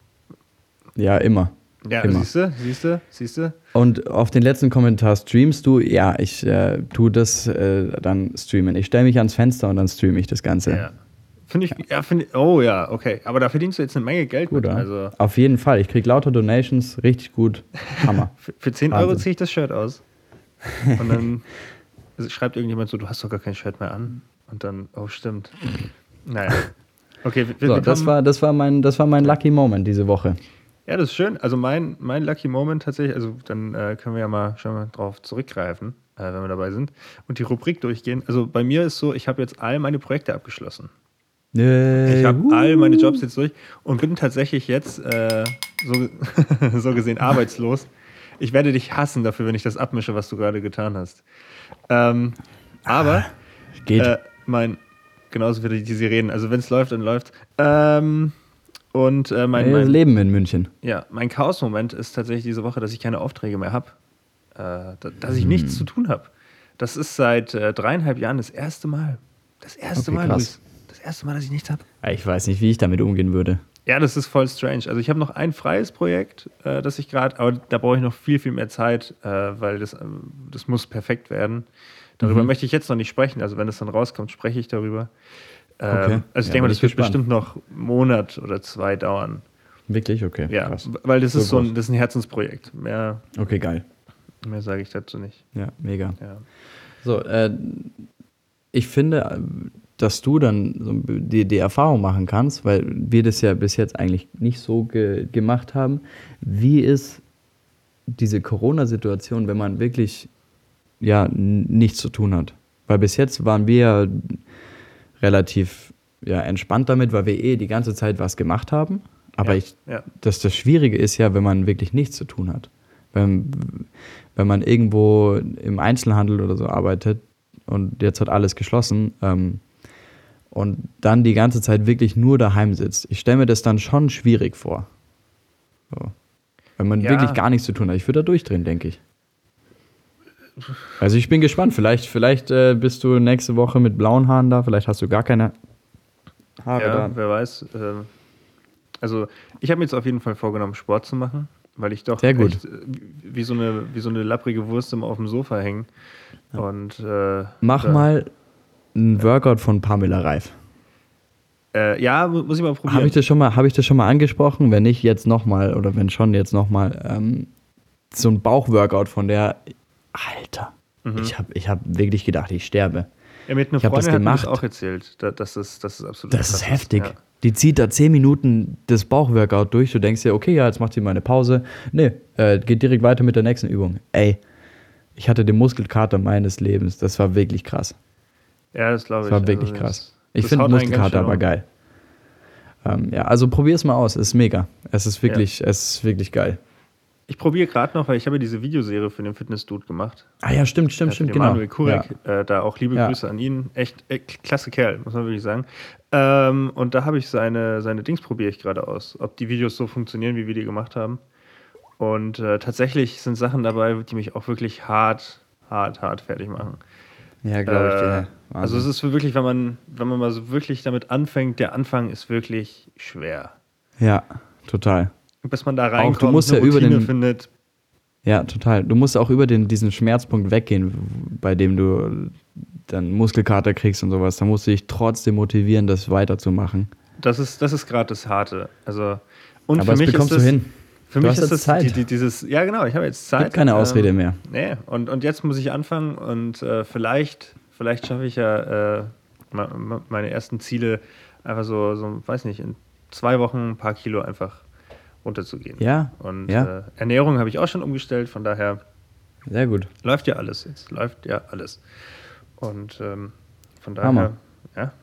Ja, immer. Ja, Immer. siehst du, siehst du, siehst du? Und auf den letzten Kommentar streamst du? Ja, ich äh, tue das äh, dann streamen. Ich stelle mich ans Fenster und dann streame ich das Ganze. Ja. Finde ich, ja, finde ich, oh ja, okay. Aber da verdienst du jetzt eine Menge Geld Gut, mit. oder? Also Auf jeden Fall. Ich kriege lauter Donations, richtig gut. Hammer. für, für zehn Euro Wahnsinn. ziehe ich das Shirt aus. Und dann schreibt irgendjemand so, du hast doch gar kein Shirt mehr an. Und dann, oh stimmt. Naja. Okay, wir, So, wir das kommen- war, das war mein, das war mein Lucky Moment diese Woche. Ja, das ist schön. Also mein, mein Lucky Moment tatsächlich, also dann äh, können wir ja mal schon mal drauf zurückgreifen, äh, wenn wir dabei sind und die Rubrik durchgehen. Also bei mir ist so, ich habe jetzt all meine Projekte abgeschlossen. Äh, Ich habe all meine Jobs jetzt durch und bin tatsächlich jetzt äh, so, so gesehen arbeitslos. Ich werde dich hassen dafür, wenn ich das abmische, was du gerade getan hast. Ähm, aber Geht. äh, mein, genauso wie die Sirenen, also wenn es läuft, dann läuft. Ähm, und äh, mein, Wir mein, leben in München. ja, mein Chaos-Moment ist tatsächlich diese Woche, dass ich keine Aufträge mehr habe. Äh, da, dass ich nichts zu tun habe. Das ist seit äh, dreieinhalb Jahren das erste Mal. Das erste Okay, Mal, krass. Luis. Das erste Mal, dass ich nichts habe. Ich weiß nicht, wie ich damit umgehen würde. Ja, das ist voll strange. Also ich habe noch ein freies Projekt, äh, das ich gerade, aber da brauche ich noch viel, viel mehr Zeit, äh, weil das, äh, das muss perfekt werden. Darüber Mhm. möchte ich jetzt noch nicht sprechen. Also wenn das dann rauskommt, spreche ich darüber. Ähm, Okay. Also ich Ja, denke mal, bin das ich wird gespannt. bestimmt noch einen Monat oder zwei dauern. Wirklich? Okay, Ja, krass. weil das So ist so ein, groß. das ist ein Herzensprojekt. Mehr, Okay, geil. mehr sage ich dazu nicht. Ja, mega. Ja. So, äh, ich finde, dass du dann so die, die Erfahrung machen kannst, weil wir das ja bis jetzt eigentlich nicht so ge gemacht haben. Wie ist diese Corona-Situation, wenn man wirklich ja n- nichts zu tun hat? Weil bis jetzt waren wir ja relativ ja, entspannt damit, weil wir eh die ganze Zeit was gemacht haben. Aber ja. ich, Ja. das, das Schwierige ist ja, wenn man wirklich nichts zu tun hat. Wenn, wenn man irgendwo im Einzelhandel oder so arbeitet und jetzt hat alles geschlossen ähm, und dann die ganze Zeit wirklich nur daheim sitzt. Ich stelle mir das dann schon schwierig vor. So. Wenn man Ja. wirklich gar nichts zu tun hat. Ich würde da durchdrehen, denke ich. Also ich bin gespannt. Vielleicht, vielleicht äh, bist du nächste Woche mit blauen Haaren da. Vielleicht hast du gar keine Haare Ja, da. wer weiß. Ähm, also ich habe mir jetzt auf jeden Fall vorgenommen, Sport zu machen, weil ich doch Sehr gut. echt, äh, wie so eine wie so eine lapprige Wurst immer auf dem Sofa hängen. Und äh, Mach da- mal einen Workout von Pamela Reif. Äh, ja, mu- muss ich mal probieren. Habe ich das schon mal, habe ich das schon mal angesprochen? Wenn nicht, jetzt nochmal, oder wenn schon, jetzt nochmal. Ähm, so ein Bauchworkout von der. Alter. Mhm. Ich habe ich hab wirklich gedacht, ich sterbe. Ja, mit einer ich hab das Freundin hat mir das gemacht. auch erzählt. Da, das, ist, das ist absolut Das krass ist heftig. Ja. Die zieht da zehn Minuten das Bauchworkout durch. Du denkst dir, okay, ja, jetzt macht sie mal eine Pause. Nee, äh, geht direkt weiter mit der nächsten Übung. Ey, ich hatte den Muskelkater meines Lebens. Das war wirklich krass. Ja, das glaube Das ich. war wirklich Also, krass. das- Ich das finde haut einen ganz Muskelkater schön aber um. geil. Ähm, ja, also probier es mal aus. Es ist mega. Es ist wirklich, es ist wirklich geil. Ich probiere gerade noch, weil ich habe ja diese Videoserie für den Fitness-Dude gemacht. Ah ja, stimmt, stimmt, Äh, für stimmt, den genau. Manuel Kurek. Äh, da auch liebe Ja. Grüße an ihn. Echt äh, klasse Kerl, muss man wirklich sagen. Ähm, und da habe ich seine, seine Dings probiere ich gerade aus. Ob die Videos so funktionieren, wie wir die gemacht haben. Und äh, tatsächlich sind Sachen dabei, die mich auch wirklich hart, hart, hart fertig machen. Ja, glaube ich Äh, dir. also es ist wirklich, wenn man, wenn man mal so wirklich damit anfängt, der Anfang ist wirklich schwer. Ja, total. Bis man da Auch, reinkommt, du musst eine ja über Routine den- findet. Ja, total. Du musst auch über den, diesen Schmerzpunkt weggehen, bei dem du dann Muskelkater kriegst und sowas. Da musst du dich trotzdem motivieren, das weiterzumachen. Das ist, das ist gerade das Harte. Also, und Aber für das mich bekommst ist das, du hin. Für Du mich hast ist jetzt das Zeit. Die, die, dieses, ja genau, ich habe jetzt Zeit. Gibt keine Ausrede ähm, mehr. Nee, und, und jetzt muss ich anfangen und äh, vielleicht, vielleicht schaffe ich ja äh, ma- ma- meine ersten Ziele einfach so, so, weiß nicht, in zwei Wochen ein paar Kilo einfach runterzugehen. Ja, Und ja. Äh, Ernährung habe ich auch schon umgestellt, von daher Sehr gut. läuft ja alles jetzt, läuft ja alles. Und ähm, von daher, Hammer. ja.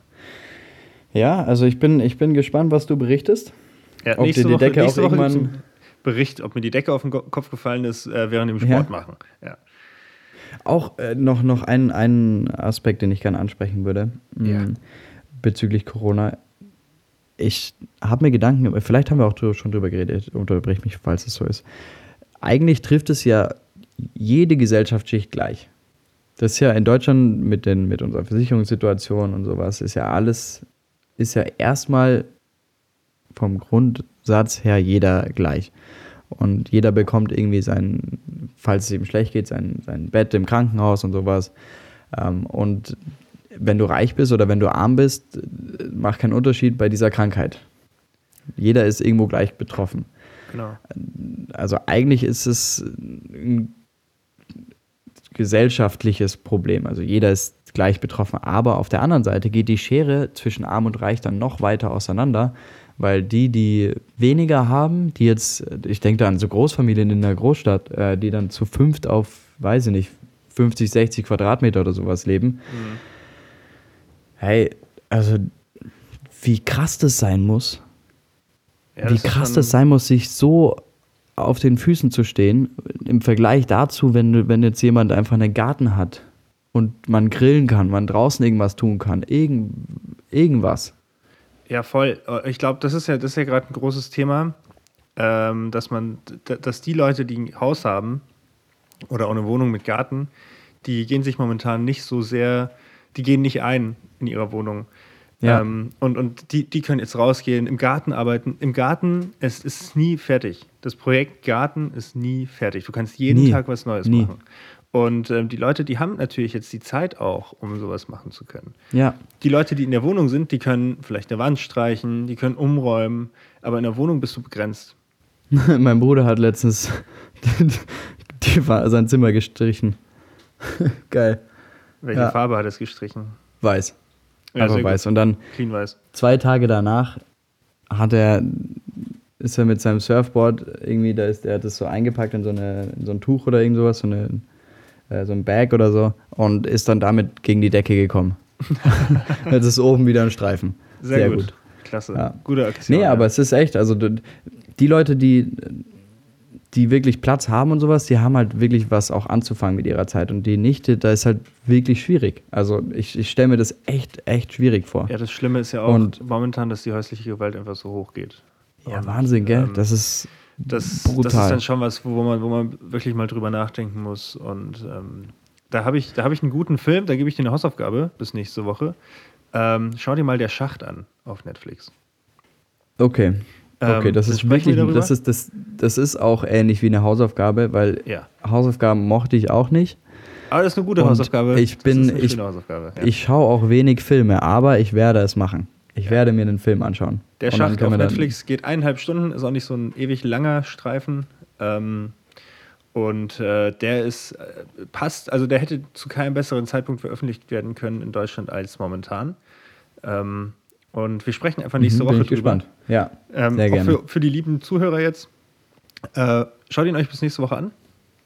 Ja, also ich bin, ich bin gespannt, was du berichtest. Ja, Ob nächste dir die Woche, Decke nächste auch Woche gibt's irgendwann- einen Bericht, ob mir die Decke auf den Ko- Kopf gefallen ist, äh, während dem Sport Ja. machen. Ja. Auch äh, noch, noch ein, ein Aspekt, den ich gerne ansprechen würde, Ja. mh, bezüglich Corona. Ich habe mir Gedanken, vielleicht haben wir auch drü- schon drüber geredet, unterbrich mich, falls es so ist. Eigentlich trifft es ja jede Gesellschaftsschicht gleich. Das ist ja in Deutschland mit, den, mit unserer Versicherungssituation und sowas, ist ja alles, ist ja erstmal vom Grundsatz her jeder gleich. Und jeder bekommt irgendwie sein, falls es ihm schlecht geht, sein, sein Bett im Krankenhaus und sowas. Ähm, und wenn du reich bist oder wenn du arm bist, macht keinen Unterschied bei dieser Krankheit. Jeder ist irgendwo gleich betroffen. Genau. Also eigentlich ist es ein gesellschaftliches Problem. Also jeder ist gleich betroffen. Aber auf der anderen Seite geht die Schere zwischen Arm und Reich dann noch weiter auseinander, weil die, die weniger haben, die jetzt, ich denke da an so Großfamilien in der Großstadt, äh, die dann zu fünft auf, weiß ich nicht, fünfzig, sechzig Quadratmeter oder sowas leben. Mhm. Hey, also wie krass das sein muss. Ja, wie das ist krass schon- das sein muss, sich so auf den Füßen zu stehen, im Vergleich dazu, wenn, du- wenn jetzt jemand einfach einen Garten hat und man grillen kann, man draußen irgendwas tun kann, irgend, irgendwas. Ja, voll. Ich glaube, das ist ja, das ist ja gerade ein großes Thema, ähm, dass man, d- dass die Leute, die ein Haus haben oder auch eine Wohnung mit Garten, die gehen sich momentan nicht so sehr, die gehen nicht ein in ihrer Wohnung. Ja. Ähm, und und die, die können jetzt rausgehen, im Garten arbeiten. Im Garten, es ist nie fertig. Das Projekt Garten ist nie fertig. Du kannst jeden Nie. Tag was Neues Nie. machen. Und ähm, die Leute, die haben natürlich jetzt die Zeit auch, um sowas machen zu können. Ja. Die Leute, die in der Wohnung sind, die können vielleicht eine Wand streichen, die können umräumen, aber in der Wohnung bist du begrenzt. Mein Bruder hat letztens die, war sein Zimmer gestrichen. Geil. Welche Ja. Farbe hat es gestrichen? Weiß. Ja, Einfach sehr gut. weiß. Und dann Clean weiß. zwei Tage danach hat er, ist er mit seinem Surfboard irgendwie, da ist, er hat das so eingepackt in so, eine, in so ein Tuch oder irgend sowas, so, eine, äh, so ein Bag oder so und ist dann damit gegen die Decke gekommen. Jetzt ist oben wieder ein Streifen. Sehr, Sehr gut. gut. Klasse. Ja. Gute Aktion. Nee, ja. aber es ist echt, also d- die Leute, die, die wirklich Platz haben und sowas, die haben halt wirklich was auch anzufangen mit ihrer Zeit und die nicht, da ist halt wirklich schwierig. Also ich, ich stelle mir das echt, echt schwierig vor. Ja, das Schlimme ist ja auch Und- momentan, dass die häusliche Gewalt einfach so hoch geht. Ja, Und, Wahnsinn, gell? ähm, Das ist Das, brutal. das ist dann schon was, wo man, wo man wirklich mal drüber nachdenken muss. Und ähm, da habe ich, da hab ich einen guten Film, da gebe ich dir eine Hausaufgabe bis nächste Woche. Ähm, schau dir mal Der Schacht an auf Netflix. Okay. Okay, Ähm, das dann ist sprechen wirklich, wir darüber? das ist, das, das ist auch ähnlich wie eine Hausaufgabe, weil Ja. Hausaufgaben mochte ich auch nicht. Aber das ist eine gute Und Hausaufgabe. ich bin- das ist eine ich- schöne Hausaufgabe. Ja. Ich schaue auch wenig Filme, aber ich werde es machen. Ich werde mir den Film anschauen. Der Und dann Schacht können auf wir dann- Netflix geht eineinhalb Stunden, ist auch nicht so ein ewig langer Streifen. Ähm, und äh, der ist, äh, passt, also der hätte zu keinem besseren Zeitpunkt veröffentlicht werden können in Deutschland als momentan. Ähm, und wir sprechen einfach nächste Mhm, Woche bin ich drüber. gespannt. Ja, Ähm, sehr auch gerne. für, für die lieben Zuhörer jetzt. Äh, schaut ihn euch bis nächste Woche an.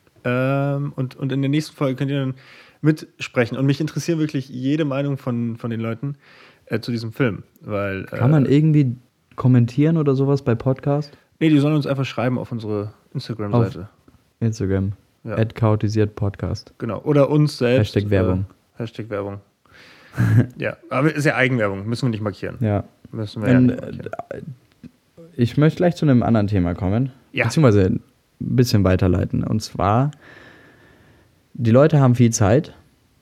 Ähm, und, und in der nächsten Folge könnt ihr dann mitsprechen. Und mich interessiert wirklich jede Meinung von, von den Leuten äh, zu diesem Film. Weil, Kann man äh, irgendwie kommentieren oder sowas bei Podcast? nee, die sollen uns einfach schreiben auf unsere Instagram-Seite. Instagram. Ja. At chaotisiert Podcast. Genau. Oder uns selbst. Hashtag Werbung. Äh, Hashtag Werbung. Ja, aber ist ja Eigenwerbung. Müssen wir nicht markieren. Ja. Müssen wir ja Und, nicht markieren. äh, ich möchte gleich zu einem anderen Thema kommen. Ja. Beziehungsweise ein bisschen weiterleiten. Und zwar, die Leute haben viel Zeit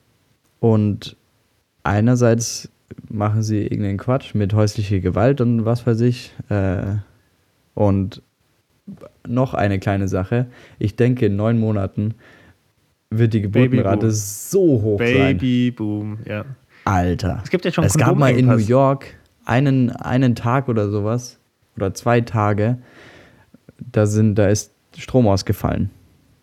und einerseits machen sie irgendeinen Quatsch mit häuslicher Gewalt und was weiß ich. Äh, und noch eine kleine Sache. Ich denke, in neun Monaten wird die Geburtenrate Babyboom. so hoch sein. Babyboom, ja. Alter. Es gibt ja schon Es gab mal in New Kondomengpass. York einen, einen Tag oder sowas, oder zwei Tage, da, sind, da ist Strom ausgefallen.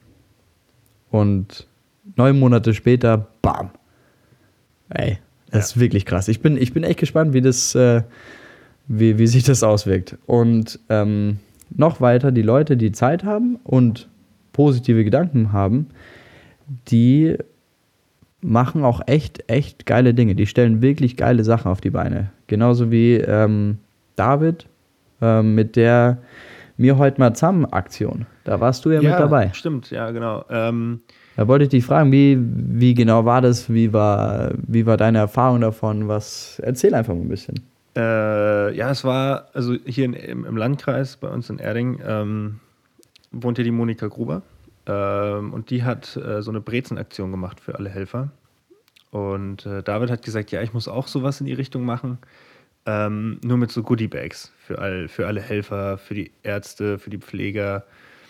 Und neun Monate später, bam. Ey, das ist wirklich krass. Ich bin, ich bin echt gespannt, wie, das, äh, wie, wie sich das auswirkt. Und ähm, noch weiter, die Leute, die Zeit haben und positive Gedanken haben, die machen auch echt, echt geile Dinge. Die stellen wirklich geile Sachen auf die Beine. Genauso wie ähm, David ähm, mit der Mir heute mal zusammen Aktion. Da warst du ja, mit dabei. Stimmt, ja, genau. Ähm, Da wollte ich dich fragen, wie, wie genau war das? Wie war, wie war deine Erfahrung davon? Was, erzähl einfach mal ein bisschen. Äh, ja, es war, also hier in, im, im Landkreis, bei uns in Erding, ähm, wohnt hier die Monika Gruber. Ähm, und die hat äh, so eine Brezenaktion gemacht für alle Helfer. Und äh, David hat gesagt, ja, ich muss auch sowas in die Richtung machen. Ähm, nur mit so Goodie-Bags für, all, für alle Helfer, für die Ärzte, für die Pfleger.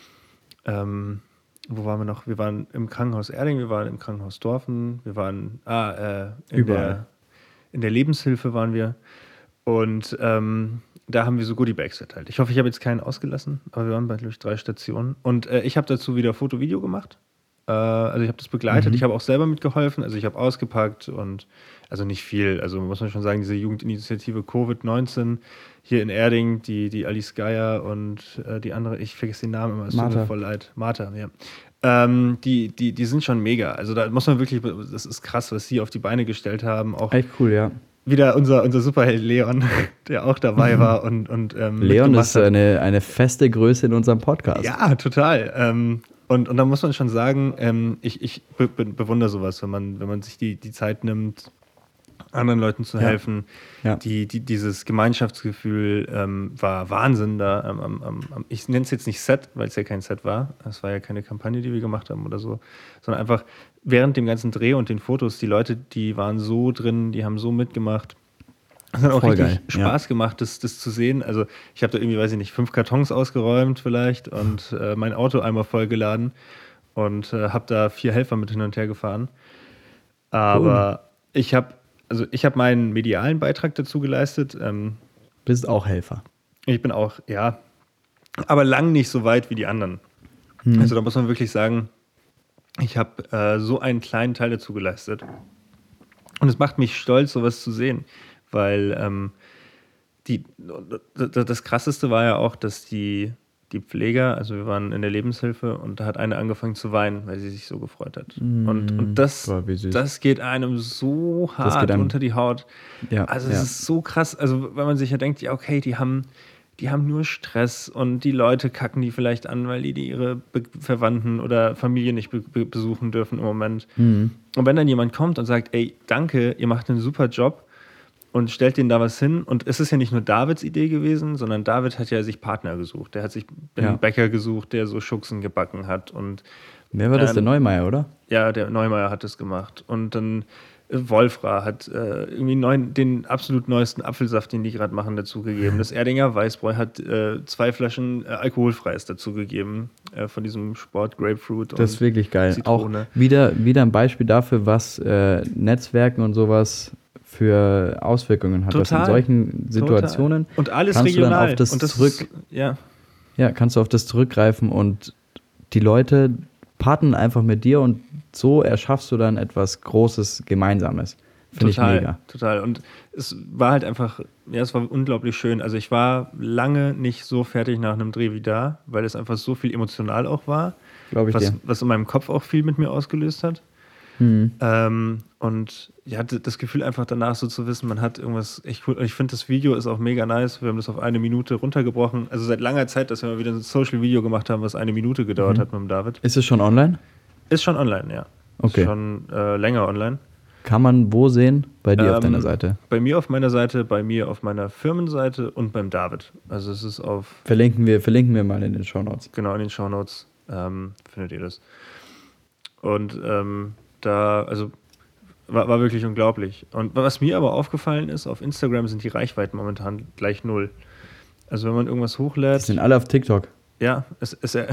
Ähm, wo waren wir noch? Wir waren im Krankenhaus Erding, wir waren im Krankenhaus Dorfen, wir waren ah, äh, in, der, in der Lebenshilfe waren wir. Und ähm, da haben wir so Goodie-Bags verteilt. Ich hoffe, ich habe jetzt keinen ausgelassen, aber wir waren bei, glaube ich, drei Stationen. Und äh, ich habe dazu wieder Foto-Video gemacht. Äh, also ich habe das begleitet. Mhm. Ich habe auch selber mitgeholfen. Also ich habe ausgepackt und also nicht viel. Also muss man schon sagen, diese Jugendinitiative Covid neunzehn hier in Erding, die, die Alice Geier und äh, die andere, ich vergesse den Namen immer, es tut mir voll leid. Martha, ja. Ähm, die, die, die sind schon mega. Also da muss man wirklich, das ist krass, was sie auf die Beine gestellt haben. Auch echt cool, ja. Wieder unser, unser Superheld Leon, der auch dabei war. und, und ähm, Leon ist eine, eine feste Größe in unserem Podcast. Ja, total. Ähm, und, und da muss man schon sagen, ähm, ich, ich be- be- bewundere sowas, wenn man, wenn man sich die, die Zeit nimmt, anderen Leuten zu helfen. Ja. Ja. Die, die, dieses Gemeinschaftsgefühl ähm, war Wahnsinn da. Am, am, am, ich nenne es jetzt nicht Set, weil es ja kein Set war. Es war ja keine Kampagne, die wir gemacht haben oder so. Sondern einfach während dem ganzen Dreh und den Fotos, die Leute, die waren so drin, die haben so mitgemacht. Es hat auch Voll richtig geil. Spaß Ja. gemacht, das, das zu sehen. Also ich habe da irgendwie, weiß ich nicht, fünf Kartons ausgeräumt vielleicht und äh, mein Auto einmal vollgeladen und äh, habe da vier Helfer mit hin und her gefahren. Aber cool. ich habe also ich habe meinen medialen Beitrag dazu geleistet. Ähm, Bist auch Helfer. Ich bin auch, ja, aber lang nicht so weit wie die anderen. Hm. Also da muss man wirklich sagen, ich habe äh, so einen kleinen Teil dazu geleistet. Und es macht mich stolz, sowas zu sehen. Weil ähm, die, das Krasseste war ja auch, dass die, die Pfleger, also wir waren in der Lebenshilfe und da hat eine angefangen zu weinen, weil sie sich so gefreut hat. Mm, und und das, boah, das geht einem so hart einem, unter die Haut. Ja, also es ja. ist so krass, also wenn man sich ja denkt, ja okay, die haben, die haben nur Stress und die Leute kacken die vielleicht an, weil die, die ihre Be- Verwandten oder Familie nicht be- be- besuchen dürfen im Moment. Mm. Und wenn dann jemand kommt und sagt, ey, danke, ihr macht einen super Job, und stellt denen da was hin. Und es ist ja nicht nur Davids Idee gewesen, sondern David hat ja sich Partner gesucht. Der hat sich einen ja. Bäcker gesucht, der so Schuxen gebacken hat. Und wer war dann, das? Der Neumeier, oder? Ja, der Neumeier hat das gemacht. Und dann Wolfra hat äh, irgendwie neuen, den absolut neuesten Apfelsaft, den die gerade machen, dazugegeben. Das Erdinger Weißbräu hat äh, zwei Flaschen äh, alkoholfreies dazugegeben äh, von diesem Sport Grapefruit. Das ist wirklich geil. Zitrone. Auch wieder, wieder ein Beispiel dafür, was äh, Netzwerken und sowas für Auswirkungen hat. Total, das in solchen Situationen total. Und alles kannst regional. du dann auf das, und das zurück, ist, ja. ja, kannst du auf das zurückgreifen und die Leute partnern einfach mit dir und so erschaffst du dann etwas Großes, Gemeinsames. Finde ich mega. Total. Und es war halt einfach, ja, es war unglaublich schön. Also ich war lange nicht so fertig nach einem Dreh wie da, weil es einfach so viel emotional auch war. Glaube ich was, dir. Was in meinem Kopf auch viel mit mir ausgelöst hat. Mhm. Ähm, und ich hatte das Gefühl einfach danach so zu wissen, man hat irgendwas, ich, ich finde das Video ist auch mega nice, wir haben das auf eine Minute runtergebrochen, also seit langer Zeit, dass wir mal wieder ein Social-Video gemacht haben, was eine Minute gedauert mhm. hat mit dem David. Ist es schon online? Ist schon online, ja. Okay. Ist schon äh, länger online. Kann man wo sehen? Bei dir ähm, auf deiner Seite? Bei mir auf meiner Seite, bei mir auf meiner Firmenseite und beim David. Also es ist auf... Verlinken wir, verlinken wir mal in den Shownotes. Genau, in den Shownotes ähm, findet ihr das. Und ähm, da, also war, war wirklich unglaublich. Und was mir aber aufgefallen ist, auf Instagram sind die Reichweiten momentan gleich null. Also wenn man irgendwas hochlädt... Die sind alle auf TikTok. Ja, es, es, er,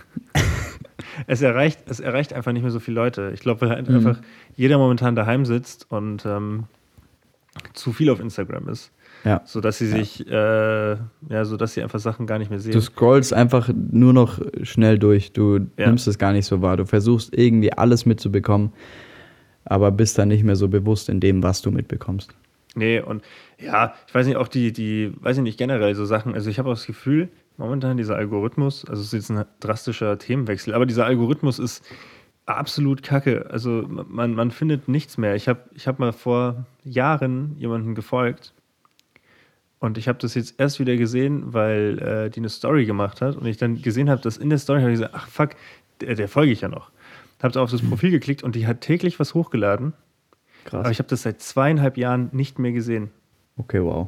es, erreicht, es erreicht einfach nicht mehr so viele Leute. Ich glaube, weil halt mhm. einfach jeder momentan daheim sitzt und ähm, zu viel auf Instagram ist. Ja. Sodass sie sich, ja. Äh, ja, sodass sie einfach Sachen gar nicht mehr sehen. Du scrollst einfach nur noch schnell durch. Du ja. nimmst es gar nicht so wahr. Du versuchst irgendwie alles mitzubekommen, aber bist dann nicht mehr so bewusst in dem, was du mitbekommst. Nee, und ja, ich weiß nicht, auch die, die, weiß ich nicht, generell so Sachen. Also ich habe auch das Gefühl, momentan dieser Algorithmus, also es ist jetzt ein drastischer Themenwechsel, aber dieser Algorithmus ist absolut kacke. Also man, man findet nichts mehr. Ich habe ich hab mal vor Jahren jemanden gefolgt. Und ich habe das jetzt erst wieder gesehen, weil äh, die eine Story gemacht hat und ich dann gesehen habe, dass in der Story habe ich gesagt, ach fuck, der, der folge ich ja noch. Habe auf das Profil geklickt und die hat täglich was hochgeladen. Krass. Aber ich habe das seit zweieinhalb Jahren nicht mehr gesehen. Okay, wow.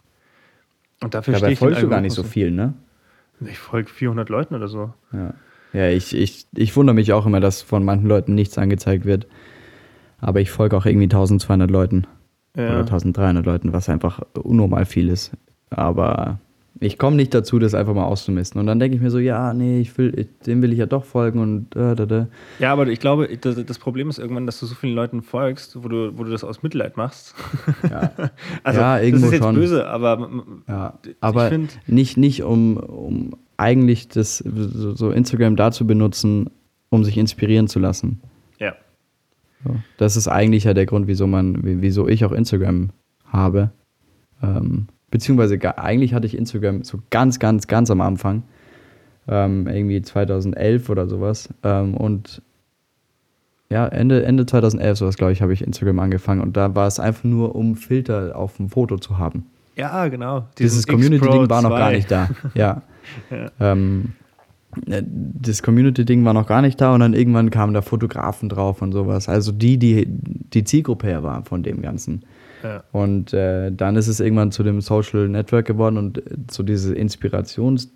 Und dafür Dabei stehe ich folgst du gar nicht so viel, ne? Ich folge vierhundert Leuten oder so. Ja, ja ich, ich, ich wundere mich auch immer, dass von manchen Leuten nichts angezeigt wird. Aber ich folge auch irgendwie tausendzweihundert Leuten. Ja. Oder tausenddreihundert Leuten, was einfach unnormal viel ist. Aber ich komme nicht dazu, das einfach mal auszumisten. Und dann denke ich mir so, ja, nee, ich will, ich, dem will ich ja doch folgen und da, da, da. Ja, aber ich glaube, das, das Problem ist irgendwann, dass du so vielen Leuten folgst, wo du, wo du das aus Mitleid machst. Ja, also, ja irgendwo das ist jetzt schon. böse, aber, ja, aber ich find, nicht, nicht um, um eigentlich das, so, so Instagram dazu benutzen, um sich inspirieren zu lassen. Ja. So, das ist eigentlich ja der Grund, wieso man, wieso ich auch Instagram habe. Ähm, beziehungsweise gar, eigentlich hatte ich Instagram so ganz, ganz, ganz am Anfang. Ähm, irgendwie zweitausendelf oder sowas. Ähm, und ja, Ende, Ende zweitausendelf, sowas, glaube ich, habe ich Instagram angefangen. Und da war es einfach nur, um Filter auf dem Foto zu haben. Ja, genau. Dieses Community-Ding war noch gar nicht da. Ja. ja. Ähm, das Community-Ding war noch gar nicht da und dann irgendwann kamen da Fotografen drauf und sowas. Also die, die die Zielgruppe her war von dem Ganzen. Ja. Und äh, dann ist es irgendwann zu dem Social Network geworden und so diese Inspirationskurve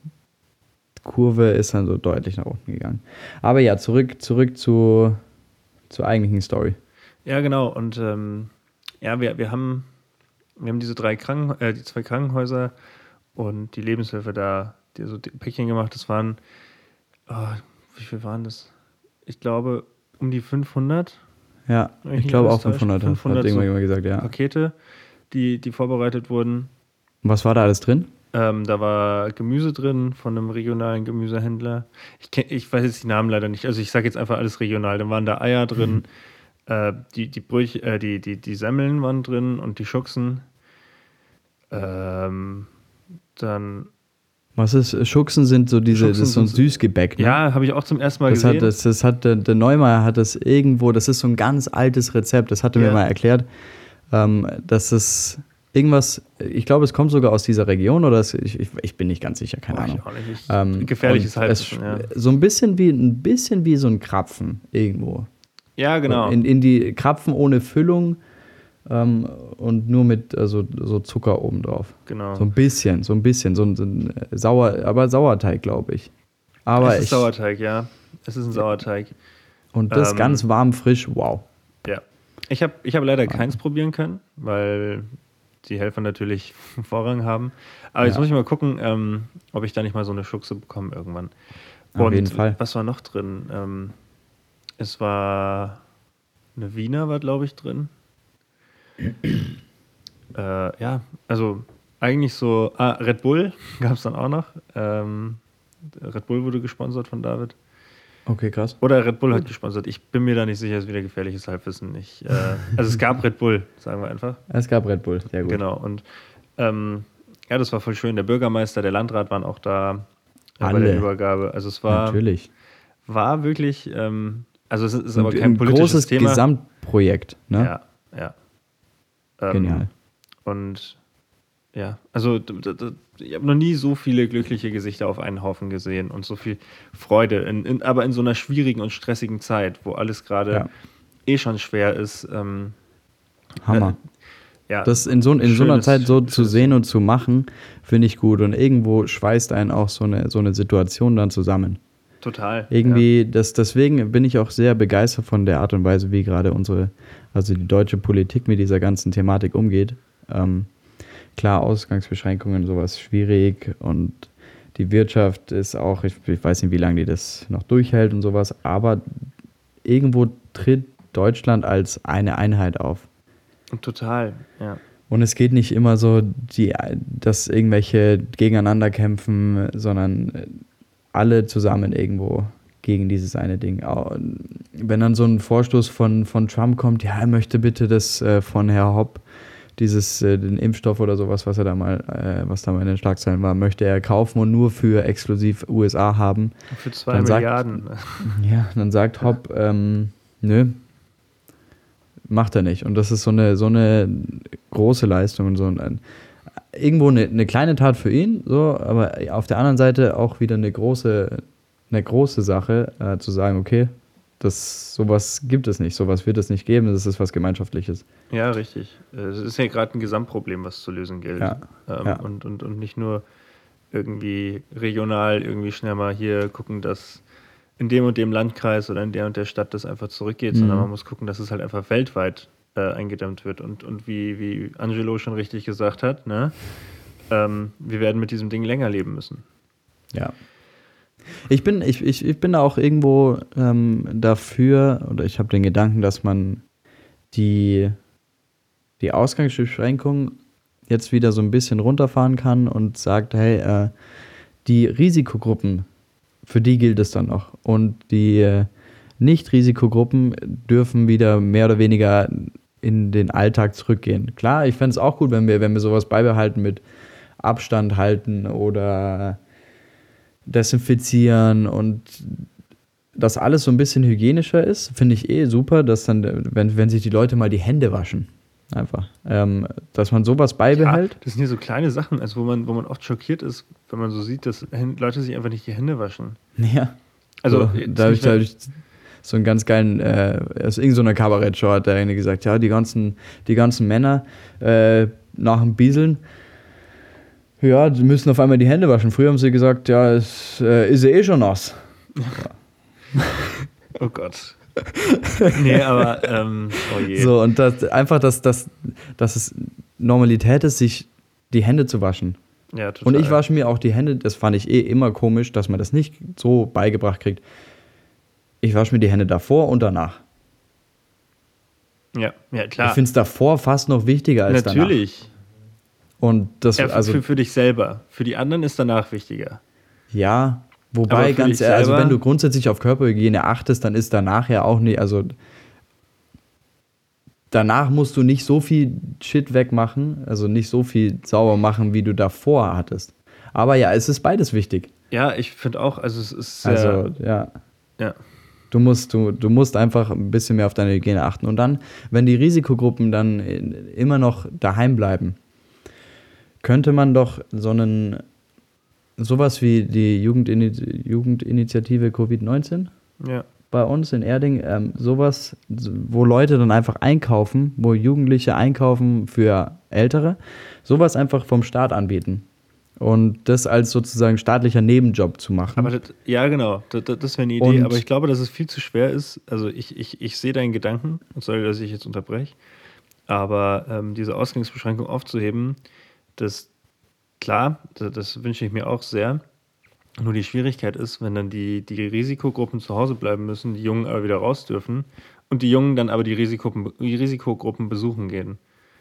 ist dann so deutlich nach unten gegangen. Aber ja, zurück, zurück zu, zur eigentlichen Story. Ja, genau. Und ähm, ja, wir, wir haben wir haben diese drei Kranken, äh, die zwei Krankenhäuser und die Lebenshilfe da, die so Päckchen gemacht. Das waren, oh, wie viel waren das? Ich glaube, um die fünfhundert. Ja, ich glaube auch fünfhundert, fünfhundert hat irgendwann gesagt, ja. Pakete, die, die vorbereitet wurden. Und was war da alles drin? Ähm, da war Gemüse drin von einem regionalen Gemüsehändler. Ich, kenn, ich weiß jetzt die Namen leider nicht. Also ich sage jetzt einfach alles regional. Dann waren da Eier drin, mhm. äh, die, die, Bröch, äh, die, die, die Semmeln waren drin und die Schuxen. Ähm, dann... Was ist, Schuxen sind so diese, Schuxen das ist so ein Süßgebäck, ne? Ja, habe ich auch zum ersten Mal das gesehen. Hat, das, das hat, der, der Neumeier hat das irgendwo, das ist so ein ganz altes Rezept, das hat er ja. mir mal erklärt, ähm, dass es irgendwas, ich glaube, es kommt sogar aus dieser Region oder es, ich, ich bin nicht ganz sicher, keine oh, Ahnung. Ich auch nicht. Ich, ähm, gefährliches Halbwissen, ja. So ein bisschen wie, ein bisschen wie so ein Krapfen irgendwo. Ja, genau. In, in die Krapfen ohne Füllung. Um, und nur mit also, so Zucker oben drauf. Genau. So ein bisschen, so ein bisschen. So ein, so ein Sauer, aber Sauerteig, glaube ich. Aber es ist ich, Sauerteig, ja. Es ist ein Sauerteig. Und das ähm, ganz warm, frisch, wow. Ja. Ich habe ich hab leider keins probieren können, weil die Helfer natürlich Vorrang haben. Aber jetzt ja. muss ich mal gucken, ähm, ob ich da nicht mal so eine Schuchse bekomme irgendwann. Auf und jeden Fall. Was war noch drin? Ähm, es war eine Wiener, war glaube ich drin. äh, ja, also eigentlich so, ah, Red Bull gab es dann auch noch. Ähm, Red Bull wurde gesponsert von David. Okay, krass. Oder Red Bull hat gesponsert. Ich bin mir da nicht sicher, ist wieder gefährliches Halbwissen. Ich, äh, also es gab Red Bull, sagen wir einfach. Es gab Red Bull, sehr gut. Genau, und ähm, ja, das war voll schön. Der Bürgermeister, der Landrat waren auch da äh, bei der Übergabe. Also es war, Natürlich. war wirklich, ähm, also es ist ein, aber kein ein politisches großes Thema. Gesamtprojekt, ne? Ja, ja. Ähm, Genial. Und ja, also d- d- d- ich habe noch nie so viele glückliche Gesichter auf einen Haufen gesehen und so viel Freude, in, in, aber in so einer schwierigen und stressigen Zeit, wo alles gerade ja. eh schon schwer ist. Ähm, Hammer. Äh, ja, das in so, in so einer Zeit so zu sehen und zu machen, finde ich gut. Und irgendwo schweißt einen auch so eine, so eine Situation dann zusammen. Total. Irgendwie, ja. das, deswegen bin ich auch sehr begeistert von der Art und Weise, wie gerade unsere, also die deutsche Politik mit dieser ganzen Thematik umgeht. Ähm, klar, Ausgangsbeschränkungen und sowas schwierig und die Wirtschaft ist auch, ich, ich weiß nicht, wie lange die das noch durchhält und sowas, aber irgendwo tritt Deutschland als eine Einheit auf. Total, ja. Und es geht nicht immer so, die, dass irgendwelche gegeneinander kämpfen, sondern alle zusammen irgendwo gegen dieses eine Ding. Wenn dann so ein Vorstoß von, von Trump kommt, ja, er möchte bitte das äh, von Herr Hopp, dieses, äh, den Impfstoff oder sowas, was er da mal, äh, was da mal in den Schlagzeilen war, möchte er kaufen und nur für exklusiv U S A haben. Für zwei dann Milliarden. Sagt, ja, dann sagt Hopp, ähm, nö, macht er nicht. Und das ist so eine, so eine große Leistung und so ein, irgendwo eine, eine kleine Tat für ihn, so, aber auf der anderen Seite auch wieder eine große, eine große Sache, äh, zu sagen, okay, Das, sowas gibt es nicht, sowas wird es nicht geben, das ist was Gemeinschaftliches. Ja, richtig. Es ist ja gerade ein Gesamtproblem, was zu lösen gilt. Ja, Ähm, ja. Und, und, und nicht nur irgendwie regional irgendwie schnell mal hier gucken, dass in dem und dem Landkreis oder in der und der Stadt das einfach zurückgeht, Mhm. sondern man muss gucken, dass es halt einfach weltweit äh, eingedämmt wird. Und, und wie, wie Angelo schon richtig gesagt hat, ne? ähm, wir werden mit diesem Ding länger leben müssen. Ja. Ich bin, ich, ich, ich bin da auch irgendwo ähm, dafür, oder ich habe den Gedanken, dass man die, die Ausgangsbeschränkung jetzt wieder so ein bisschen runterfahren kann und sagt, hey, äh, die Risikogruppen, für die gilt es dann noch. Und die äh, Nicht-Risikogruppen dürfen wieder mehr oder weniger in den Alltag zurückgehen. Klar, ich fände es auch gut, wenn wir, wenn wir sowas beibehalten mit Abstand halten oder desinfizieren und das alles so ein bisschen hygienischer ist, finde ich eh super, dass dann, wenn, wenn sich die Leute mal die Hände waschen, einfach, ähm, dass man sowas beibehält. Ja, das sind hier so kleine Sachen, also wo man, wo man oft schockiert ist, wenn man so sieht, dass Leute sich einfach nicht die Hände waschen. Ja, Also, so, da habe ich, da hab ich so einen ganz geilen, äh, aus irgendeiner Kabarett-Show hat der eine gesagt, ja, die ganzen, die ganzen Männer äh, nach dem Bieseln, ja, die müssen auf einmal die Hände waschen. Früher haben sie gesagt, ja, es äh, ist ja eh schon nass. Ja. Oh Gott. Nee, aber, ähm, oh je. So, und das, einfach, dass, dass, dass es Normalität ist, sich die Hände zu waschen. Ja, total. Und ich wasche mir auch die Hände, das fand ich eh immer komisch, dass man das nicht so beigebracht kriegt. Ich wasche mir die Hände davor und danach. Ja, ja klar. Ich finde es davor fast noch wichtiger als danach. Natürlich. Und das, Ja, für, also, für, für dich selber. Für die anderen ist danach wichtiger. ja, Aber wobei, für ganz dich ehrlich, also selber- wenn du grundsätzlich auf Körperhygiene achtest, dann ist danach ja auch nicht, also danach musst du nicht so viel Shit wegmachen, also nicht so viel sauber machen, wie du davor hattest. Aber ja, es ist beides wichtig. Ja, ich finde auch, also es ist Also, sehr, ja. ja. Du musst, du, du musst einfach ein bisschen mehr auf deine Hygiene achten. Und dann, wenn die Risikogruppen dann immer noch daheim bleiben, könnte man doch so einen, sowas wie die Jugendini- Jugendinitiative Covid neunzehn Ja. bei uns in Erding, ähm, sowas, wo Leute dann einfach einkaufen, wo Jugendliche einkaufen für Ältere, sowas einfach vom Staat anbieten. Und das als sozusagen staatlicher Nebenjob zu machen. Aber das, ja, genau, das, das wäre eine Idee. Und- Aber ich glaube, dass es viel zu schwer ist. Also ich, ich, ich sehe deinen Gedanken, und sorry, dass ich jetzt unterbreche, aber ähm, diese Ausgangsbeschränkung aufzuheben, das, klar, das, das wünsche ich mir auch sehr. Nur die Schwierigkeit ist, wenn dann die, die Risikogruppen zu Hause bleiben müssen, die Jungen aber wieder raus dürfen und die Jungen dann aber die Risikogruppen, die Risikogruppen besuchen gehen.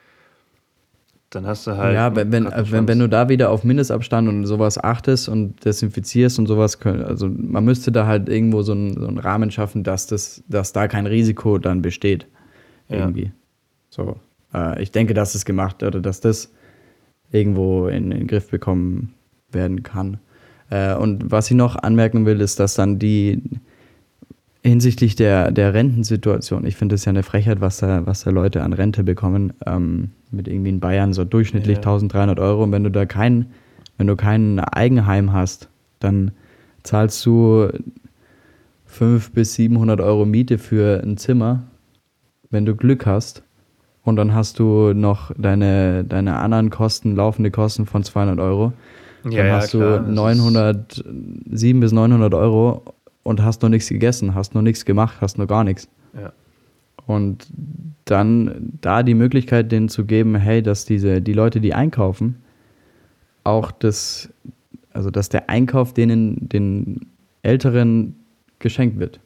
Dann hast du halt. Ja, wenn, wenn, wenn, wenn du da wieder auf Mindestabstand und sowas achtest und desinfizierst und sowas, können, also man müsste da halt irgendwo so einen, so einen Rahmen schaffen, dass, das, dass da kein Risiko dann besteht. Ja. Irgendwie. So. Äh, ich denke, dass es gemacht oder dass das irgendwo in, in den Griff bekommen werden kann. Äh, und was ich noch anmerken will, ist, dass dann die hinsichtlich der, der Rentensituation, ich finde das ja eine Frechheit, was da, was da Leute an Rente bekommen, ähm, mit irgendwie in Bayern so durchschnittlich Ja. dreizehnhundert Euro. Und wenn du da kein, wenn du kein Eigenheim hast, dann zahlst du fünfhundert bis siebenhundert Euro Miete für ein Zimmer, wenn du Glück hast. Und dann hast du noch deine, deine anderen Kosten, laufende Kosten von zweihundert Euro. Dann Ja, ja, hast klar, du das neunhundert, sieben bis neunhundert Euro und hast noch nichts gegessen, hast noch nichts gemacht, hast noch gar nichts. Ja. Und dann da die Möglichkeit denen zu geben, hey, dass diese, die Leute, die einkaufen, auch das, also dass der Einkauf denen, den Älteren geschenkt wird.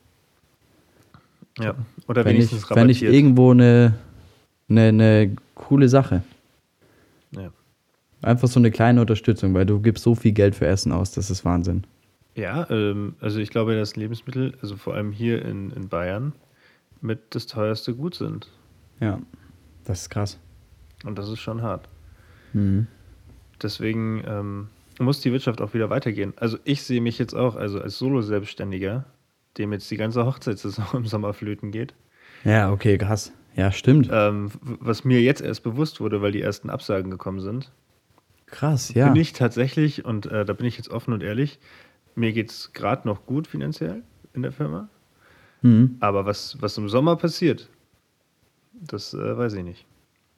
Ja. Oder Fände ich, wenigstens fänd ich rabattiert. irgendwo eine, eine, eine coole Sache. Ja. Einfach so eine kleine Unterstützung, weil du gibst so viel Geld für Essen aus, das ist Wahnsinn. Ja, ähm, also ich glaube, dass Lebensmittel, also vor allem hier in, in Bayern, mit das teuerste Gut sind. Ja, das ist krass. Und das ist schon hart. Mhm. Deswegen ähm, muss die Wirtschaft auch wieder weitergehen. Also ich sehe mich jetzt auch, also als Solo-Selbstständiger, dem jetzt die ganze Hochzeitssaison im Sommer flöten geht, Ja, okay, krass. Ja, stimmt. ähm, w- was mir jetzt erst bewusst wurde, weil die ersten Absagen gekommen sind, Krass, ja. bin ich tatsächlich, und äh, da bin ich jetzt offen und ehrlich, mir geht es gerade noch gut finanziell in der Firma. Mhm. Aber was, was im Sommer passiert, das äh, weiß ich nicht.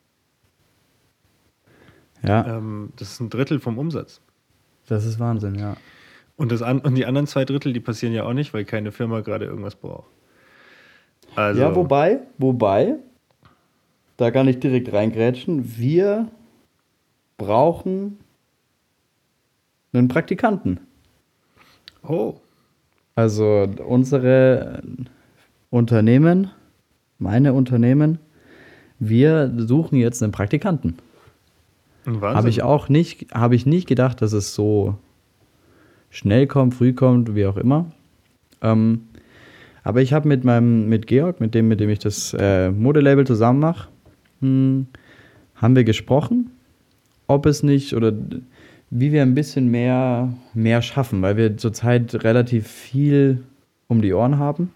Ja, Ähm, das ist ein Drittel vom Umsatz. das ist Wahnsinn, ja. Und, das an, und die anderen zwei Drittel, die passieren ja auch nicht, weil keine Firma gerade irgendwas braucht. Also, Ja, wobei, wobei, da kann ich direkt reingrätschen, wir brauchen einen Praktikanten. oh, Also unsere Unternehmen, meine Unternehmen, wir suchen jetzt einen Praktikanten. ein Wahnsinn. Habe ich auch nicht, habe ich nicht gedacht, dass es so schnell kommt, früh kommt, wie auch immer. Ähm, aber ich habe mit meinem, mit Georg, mit dem, mit dem ich das äh, Modelabel zusammen mache, hm, haben wir gesprochen, ob es nicht oder wie wir ein bisschen mehr, mehr schaffen, weil wir zurzeit relativ viel um die Ohren haben.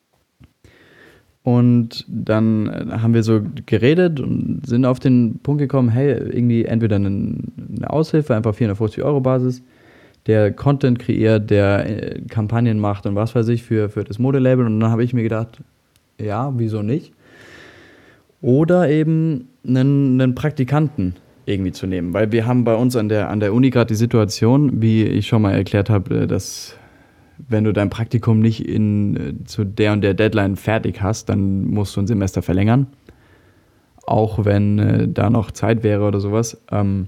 Und dann äh, haben wir so geredet und sind auf den Punkt gekommen, hey, irgendwie entweder eine, eine Aushilfe, einfach vierhundertfünfzig Euro Basis, der Content kreiert, der äh, Kampagnen macht und was weiß ich für, für das Modelabel. Und dann habe ich mir gedacht, ja, wieso nicht? Oder eben einen, einen Praktikanten irgendwie zu nehmen. Weil wir haben bei uns an der, an der Uni gerade die Situation, wie ich schon mal erklärt habe, dass wenn du dein Praktikum nicht in, zu der und der Deadline fertig hast, dann musst du ein Semester verlängern. Auch wenn äh, da noch Zeit wäre oder sowas. Ähm,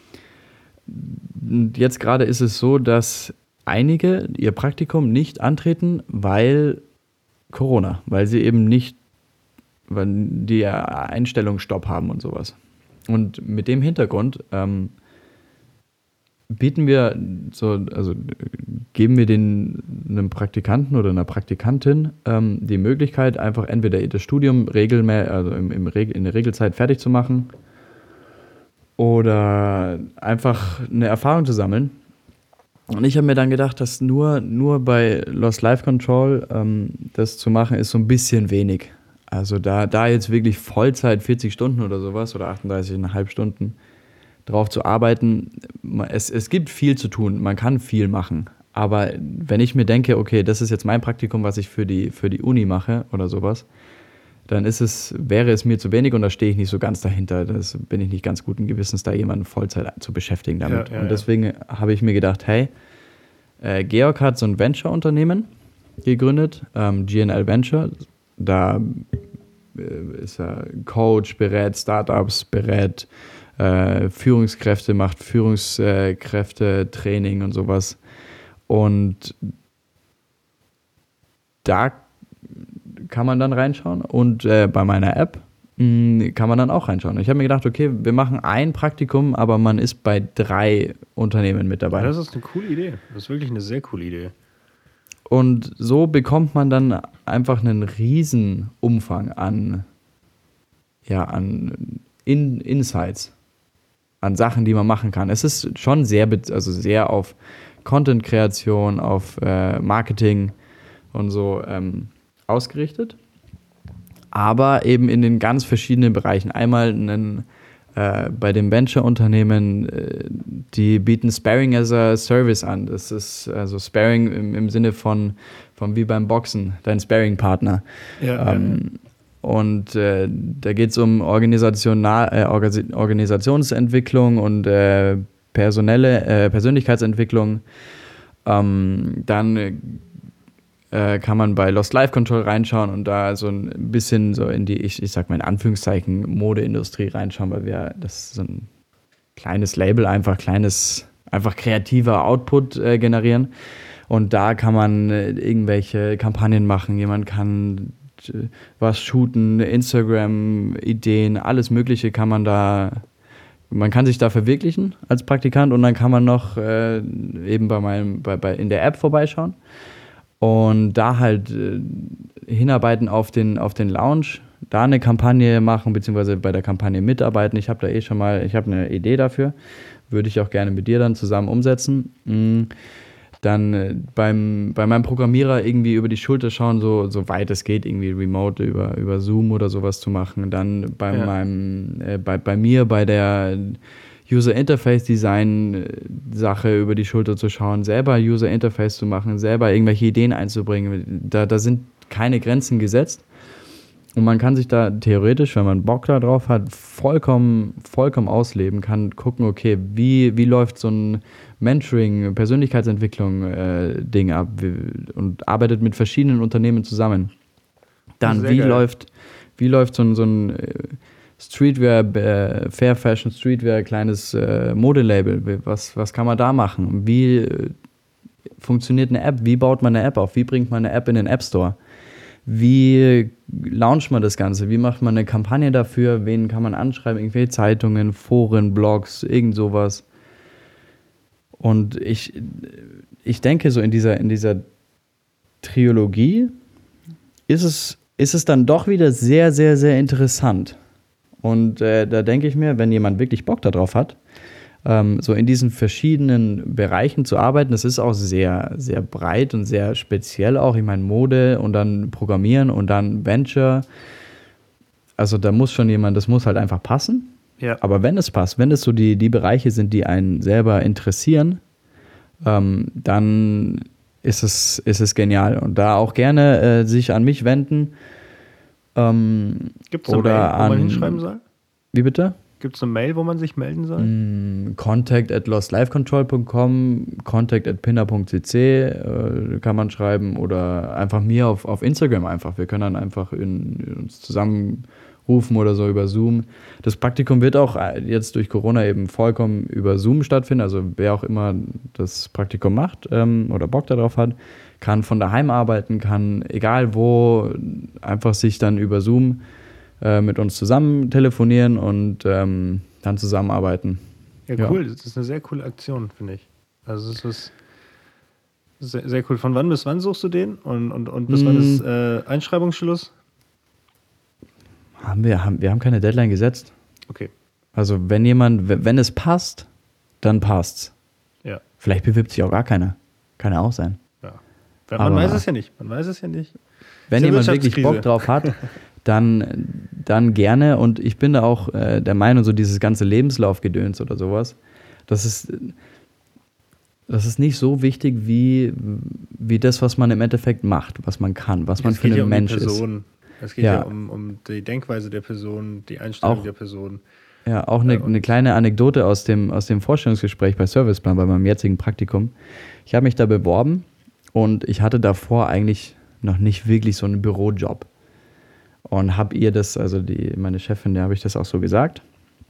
jetzt gerade ist es so, dass einige ihr Praktikum nicht antreten, weil Corona, weil sie eben nicht, weil die Einstellungsstopp haben und sowas. Und mit dem Hintergrund ähm, bieten wir so, also geben wir den einem Praktikanten oder einer Praktikantin ähm, die Möglichkeit, einfach entweder das Studium regelmä- also im, im Reg- in der Regelzeit fertig zu machen oder einfach eine Erfahrung zu sammeln. Und ich habe mir dann gedacht, dass nur, nur bei Lost Life Control ähm, das zu machen, ist so ein bisschen wenig. Also da, da jetzt wirklich Vollzeit vierzig Stunden oder sowas oder achtunddreißig Komma fünf Stunden drauf zu arbeiten, es, es gibt viel zu tun, man kann viel machen. Aber wenn ich mir denke, okay, das ist jetzt mein Praktikum, was ich für die, für die Uni mache oder sowas, dann ist es, wäre es mir zu wenig und da stehe ich nicht so ganz dahinter. Das bin ich nicht ganz guten Gewissens, da jemanden Vollzeit zu beschäftigen damit. Ja, ja, und deswegen ja. habe ich mir gedacht, hey, äh, Georg hat so ein Venture-Unternehmen gegründet, ähm, G N L Venture. Da äh, ist er Coach, berät Startups, berät äh, Führungskräfte, macht Führungskräfte-Training und sowas. Und da kann man dann reinschauen und äh, bei meiner App mh, kann man dann auch reinschauen. Ich habe mir gedacht, okay, wir machen ein Praktikum, aber man ist bei drei Unternehmen mit dabei. Ja, das ist eine coole Idee. Das ist wirklich eine sehr coole Idee. Und so bekommt man dann einfach einen riesen Umfang an, ja, an In- Insights, an Sachen, die man machen kann. Es ist schon sehr, also sehr auf Content-Kreation, auf äh, Marketing und so ähm, ausgerichtet, aber eben in den ganz verschiedenen Bereichen. Einmal einen, äh, bei dem Venture-Unternehmen, äh, die bieten Sparring as a Service an. Das ist also Sparring im, im Sinne von, von wie beim Boxen, dein Sparring-Partner. Ja, ähm, ja. Und äh, da geht es um Organisational, äh, Orga- Organisationsentwicklung und äh, personelle äh, Persönlichkeitsentwicklung. Ähm, dann äh, kann man bei Lost Life Control reinschauen und da so ein bisschen so in die, ich, ich sag mal in Anführungszeichen, Modeindustrie reinschauen, weil wir, das ist so ein kleines Label, einfach kleines, einfach kreativer Output äh, generieren. Und da kann man äh, irgendwelche Kampagnen machen, jemand kann äh, was shooten, Instagram-Ideen, alles Mögliche kann man da, man kann sich da verwirklichen als Praktikant und dann kann man noch äh, eben bei meinem, bei, bei, in der App vorbeischauen. Und da halt äh, hinarbeiten auf den, auf den Launch, da eine Kampagne machen, beziehungsweise bei der Kampagne mitarbeiten. Ich habe da eh schon mal, ich habe eine Idee dafür, würde ich auch gerne mit dir dann zusammen umsetzen. Mhm. Dann äh, beim, bei meinem Programmierer irgendwie über die Schulter schauen, so, so weit es geht, irgendwie remote über, über Zoom oder sowas zu machen. Dann bei, Ja. meinem, äh, bei, bei mir bei der User Interface Design Sache über die Schulter zu schauen, selber User Interface zu machen, selber irgendwelche Ideen einzubringen. Da, da sind keine Grenzen gesetzt. Und man kann sich da theoretisch, wenn man Bock da drauf hat, vollkommen, vollkommen ausleben, kann gucken, okay, wie, wie läuft so ein Mentoring, Persönlichkeitsentwicklung äh, Ding ab und arbeitet mit verschiedenen Unternehmen zusammen. Dann, wie läuft, wie läuft so ein, so ein Streetwear, äh, Fair Fashion Streetwear, kleines äh, Modelabel, was, was kann man da machen? Wie äh, funktioniert eine App? Wie baut man eine App auf? Wie bringt man eine App in den App Store? Wie launcht man das Ganze? Wie macht man eine Kampagne dafür? Wen kann man anschreiben? Irgendwelche Zeitungen, Foren, Blogs, irgend sowas. Und ich, ich denke, so in dieser, in dieser Trilogie ist es, ist es dann doch wieder sehr, sehr, sehr interessant. Und äh, da denke ich mir, wenn jemand wirklich Bock darauf hat, ähm, so in diesen verschiedenen Bereichen zu arbeiten, das ist auch sehr, sehr breit und sehr speziell auch. Ich meine, Mode und dann Programmieren und dann Venture. Also da muss schon jemand, das muss halt einfach passen. Ja. Aber wenn es passt, wenn es so die, die Bereiche sind, die einen selber interessieren, ähm, dann ist es, ist es genial. Und da auch gerne äh, sich an mich wenden. Ähm, Gibt es eine Mail, wo man hinschreiben soll? Wie bitte? Gibt es eine Mail, wo man sich melden soll? Mm, contact at lostlifecontrol punkt com, contact at pinner punkt c c äh, kann man schreiben oder einfach mir auf, auf Instagram einfach. Wir können dann einfach in, in uns zusammenrufen oder so über Zoom. Das Praktikum wird auch jetzt durch Corona eben vollkommen über Zoom stattfinden. Also wer auch immer das Praktikum macht ähm, oder Bock darauf hat, kann von daheim arbeiten, kann egal wo einfach sich dann über Zoom mit uns zusammen telefonieren und ähm, dann zusammenarbeiten. Ja, cool. Ja. Das ist eine sehr coole Aktion, finde ich. Also es ist sehr, sehr cool. Von wann bis wann suchst du den? Und, und, und bis mm. wann ist äh, Einschreibungsschluss? Haben wir, haben, wir haben keine Deadline gesetzt. Okay. Also wenn jemand, wenn es passt, dann passt's. Ja. Vielleicht bewirbt sich auch gar keiner. Kann ja auch sein. Ja. Man Aber weiß es ja nicht. Man weiß es ja nicht. Wenn jemand wirklich Bock drauf hat, dann, dann gerne. Und ich bin da auch äh, der Meinung, so dieses ganze Lebenslaufgedöns oder sowas, das ist, das ist nicht so wichtig wie, wie das, was man im Endeffekt macht, was man kann, was man es für ein ja um Mensch die Person. ist. Es geht ja, ja um, um die Denkweise der Person, die Einstellung auch, der Person. Ja, auch eine, eine kleine Anekdote aus dem, aus dem Vorstellungsgespräch bei Serviceplan, bei meinem jetzigen Praktikum. Ich habe mich da beworben und ich hatte davor eigentlich noch nicht wirklich so einen Bürojob. Und habe ihr das, also die, meine Chefin, der habe ich das auch so gesagt.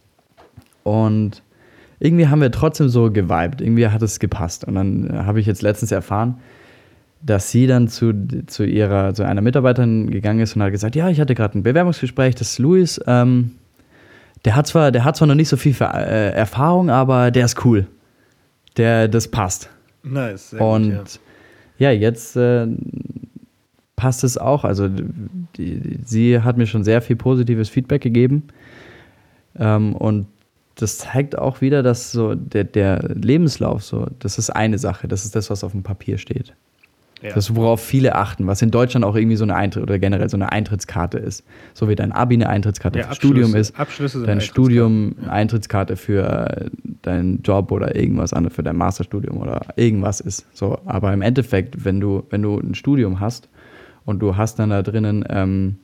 Und irgendwie haben wir trotzdem so geweibt. Irgendwie hat es gepasst. Und dann habe ich jetzt letztens erfahren, dass sie dann zu, zu ihrer, zu einer Mitarbeiterin gegangen ist und hat gesagt, ja, ich hatte gerade ein Bewerbungsgespräch, das ist Luis. Ähm, der hat zwar, der hat zwar noch nicht so viel für, äh, Erfahrung, aber der ist cool. Der, das passt. Nice. Sehr und gut, ja. ja, jetzt äh, passt es auch. Also die, sie hat mir schon sehr viel positives Feedback gegeben. Ähm, und das zeigt auch wieder, dass so der, der Lebenslauf, so, das ist eine Sache, das ist das, was auf dem Papier steht. Ja. Das, worauf viele achten, was in Deutschland auch irgendwie so eine Eintritt oder generell so eine Eintrittskarte ist. So wie dein Abi eine Eintrittskarte ja, für Studium ist, Abschlüsse sind dein Studium eine Eintrittskarte für deinen Job oder irgendwas anderes, für dein Masterstudium oder irgendwas ist. So, aber im Endeffekt, wenn du, wenn du ein Studium hast und du hast dann da drinnen, ähm,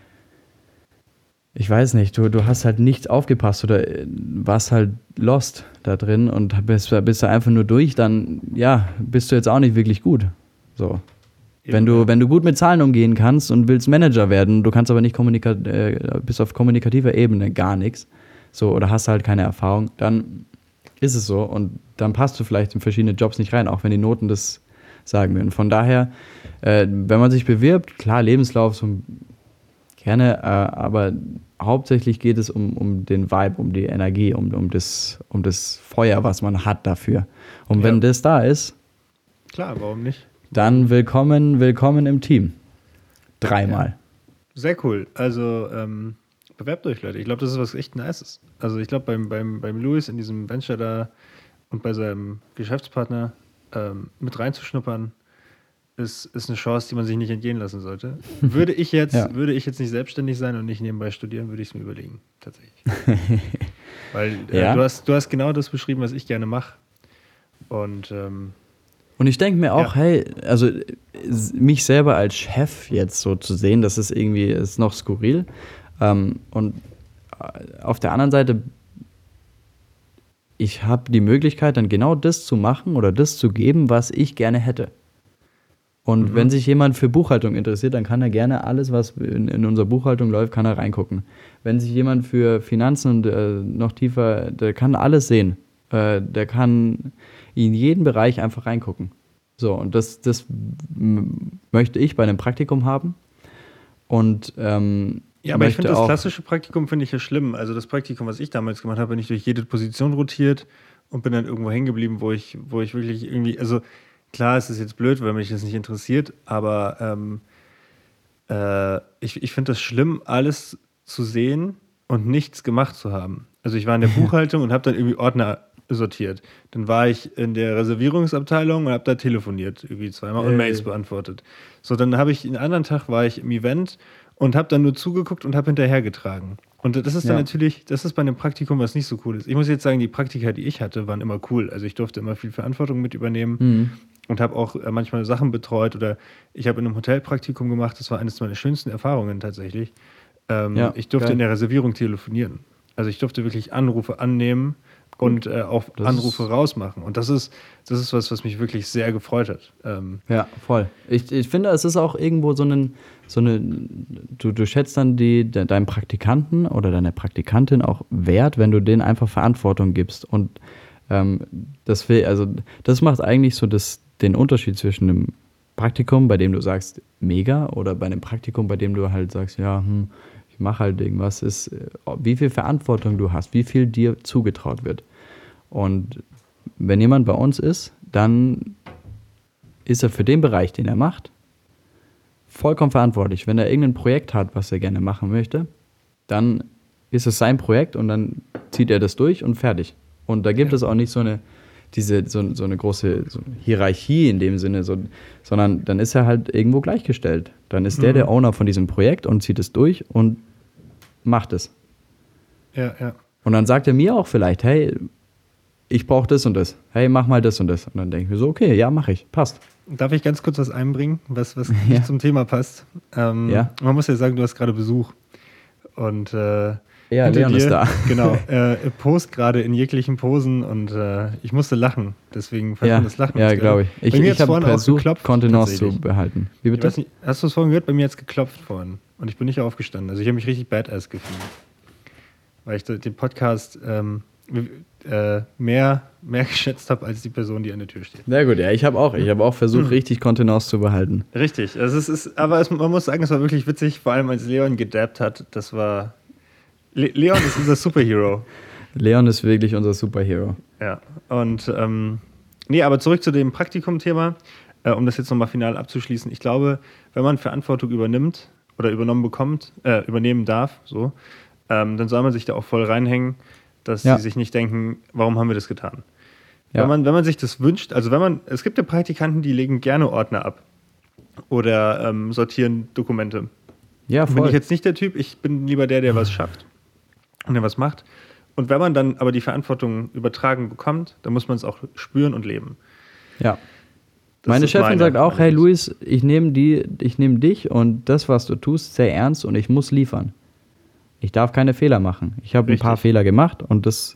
ich weiß nicht, du, du hast halt nichts aufgepasst oder warst halt lost da drin und bist, bist du einfach nur durch, dann ja, bist du jetzt auch nicht wirklich gut. So. Wenn du, wenn du gut mit Zahlen umgehen kannst und willst Manager werden, du kannst aber nicht kommunika- äh, bis auf kommunikativer Ebene gar nichts, so, oder hast halt keine Erfahrung, dann ist es so und dann passt du vielleicht in verschiedene Jobs nicht rein, auch wenn die Noten das sagen würden. Von daher, äh, wenn man sich bewirbt, klar, Lebenslauf so gerne, äh, aber hauptsächlich geht es um, um den Vibe, um die Energie, um, um, das, um das Feuer, was man hat dafür. Und wenn ja. das da ist, klar, warum nicht? Dann willkommen, willkommen im Team. Dreimal. Ja. Sehr cool. Also ähm, bewerbt euch, Leute. Ich glaube, das ist was echt Nices. Also ich glaube, beim, beim, beim Luis in diesem Venture da und bei seinem Geschäftspartner ähm, mit reinzuschnuppern, ist, ist eine Chance, die man sich nicht entgehen lassen sollte. Würde ich jetzt, ja. würde ich jetzt nicht selbstständig sein und nicht nebenbei studieren, würde ich es mir überlegen. Tatsächlich. Weil äh, ja. du hast, du hast genau das beschrieben, was ich gerne mache. Und ähm, Und ich denke mir auch, Ja. hey, also mich selber als Chef jetzt so zu sehen, das ist irgendwie, ist noch skurril. Ähm, und auf der anderen Seite, ich habe die Möglichkeit, dann genau das zu machen oder das zu geben, was ich gerne hätte. Und Mhm. wenn sich jemand für Buchhaltung interessiert, dann kann er gerne alles, was in, in unserer Buchhaltung läuft, kann er reingucken. Wenn sich jemand für Finanzen und äh, noch tiefer, der kann alles sehen. Äh, der kann in jeden Bereich einfach reingucken. So, und das, das m- möchte ich bei einem Praktikum haben. Und ähm, Ja, aber ich möchte finde, das auch, klassische Praktikum finde ich ja schlimm. Also das Praktikum, was ich damals gemacht habe, bin ich durch jede Position rotiert und bin dann irgendwo hängen geblieben, wo ich, wo ich wirklich irgendwie, also klar, es ist jetzt blöd, weil mich das nicht interessiert, aber ähm, äh, ich, ich finde das schlimm, alles zu sehen und nichts gemacht zu haben. Also ich war in der Buchhaltung und habe dann irgendwie Ordner sortiert. Dann war ich in der Reservierungsabteilung und habe da telefoniert, irgendwie zweimal und Ey. Mails beantwortet. So, dann habe ich, einen anderen Tag war ich im Event und habe dann nur zugeguckt und habe hinterhergetragen. Und das ist dann Ja. natürlich, das ist bei einem Praktikum, was nicht so cool ist. Ich muss jetzt sagen, die Praktika, die ich hatte, waren immer cool. Also ich durfte immer viel Verantwortung mit übernehmen Mhm. und habe auch äh, manchmal Sachen betreut oder ich habe in einem Hotelpraktikum gemacht. Das war eines meiner schönsten Erfahrungen tatsächlich. Ähm, Ja, ich durfte geil. in der Reservierung telefonieren. Also ich durfte wirklich Anrufe annehmen und äh, auch Das Anrufe ist- rausmachen. Und das ist, das ist was, was mich wirklich sehr gefreut hat. Ähm, Ja, voll. Ich, ich finde, es ist auch irgendwo so, einen, so eine, du, du schätzt dann die, de, deinen Praktikanten oder deine Praktikantin auch wert, wenn du denen einfach Verantwortung gibst. Und ähm, das, will, also, das macht eigentlich so das, den Unterschied zwischen einem Praktikum, bei dem du sagst, mega, oder bei einem Praktikum, bei dem du halt sagst, ja, hm, ich mache halt irgendwas, ist, äh, wie viel Verantwortung du hast, wie viel dir zugetraut wird. Und wenn jemand bei uns ist, dann ist er für den Bereich, den er macht, vollkommen verantwortlich. Wenn er irgendein Projekt hat, was er gerne machen möchte, dann ist es sein Projekt und dann zieht er das durch und fertig. Und da gibt Ja. es auch nicht so eine, diese, so, so eine große so eine Hierarchie in dem Sinne, so, sondern dann ist er halt irgendwo gleichgestellt. Dann ist der Mhm. der Owner von diesem Projekt und zieht es durch und macht es. ja, ja. Und dann sagt er mir auch vielleicht, hey, ich brauche das und das. Hey, mach mal das und das. Und dann denke ich mir so, okay, ja, mache ich. Passt. Darf ich ganz kurz was einbringen, was, was Ja. nicht zum Thema passt? Ähm, Ja. Man muss ja sagen, du hast gerade Besuch. Und äh, Ja, hinter Leon dir, ist da. Genau, äh, post gerade in jeglichen Posen und äh, ich musste lachen. Deswegen fand Ja, man das Lachen. ja ganz glaube geil. ich. Ich, Bei mir ich hat's habe vorhin auch versucht, geklopft, Kontenance zu tatsächlich. behalten. Wie Ich bitte? weiß nicht, hast du es vorhin gehört? Bei mir hat es geklopft vorhin. Und ich bin nicht aufgestanden. Also ich habe mich richtig badass gefühlt. Weil ich den Podcast ähm, äh, mehr, mehr geschätzt habe als die Person, die an der Tür steht. Sehr gut, ja, ich habe auch. Ich habe auch versucht, richtig Kontenance zu behalten. Richtig. Also es ist, aber es, man muss sagen, es war wirklich witzig, vor allem als Leon gedabbt hat. Das war. Le Leon ist unser Superhero. Leon ist wirklich unser Superhero. Ja. Und ähm, nee, aber zurück zu dem Praktikum-Thema, äh, um das jetzt nochmal final abzuschließen. Ich glaube, wenn man Verantwortung übernimmt oder übernommen bekommt, äh, übernehmen darf, so, ähm, dann soll man sich da auch voll reinhängen, dass Ja. sie sich nicht denken, warum haben wir das getan? Ja. Wenn man, wenn man sich das wünscht, also wenn man, es gibt ja Praktikanten, die legen gerne Ordner ab oder ähm, sortieren Dokumente. Ja, Bin voll. ich jetzt nicht der Typ, ich bin lieber der, der was schafft und der was macht. Und wenn man dann aber die Verantwortung übertragen bekommt, dann muss man es auch spüren und leben. ja. Das Meine ist Chefin meine- sagt auch, meine hey Sicht. Luis, ich nehme die, ich nehme dich und das, was du tust, sehr ernst und ich muss liefern. Ich darf keine Fehler machen. Ich habe ein Richtig. paar Fehler gemacht und das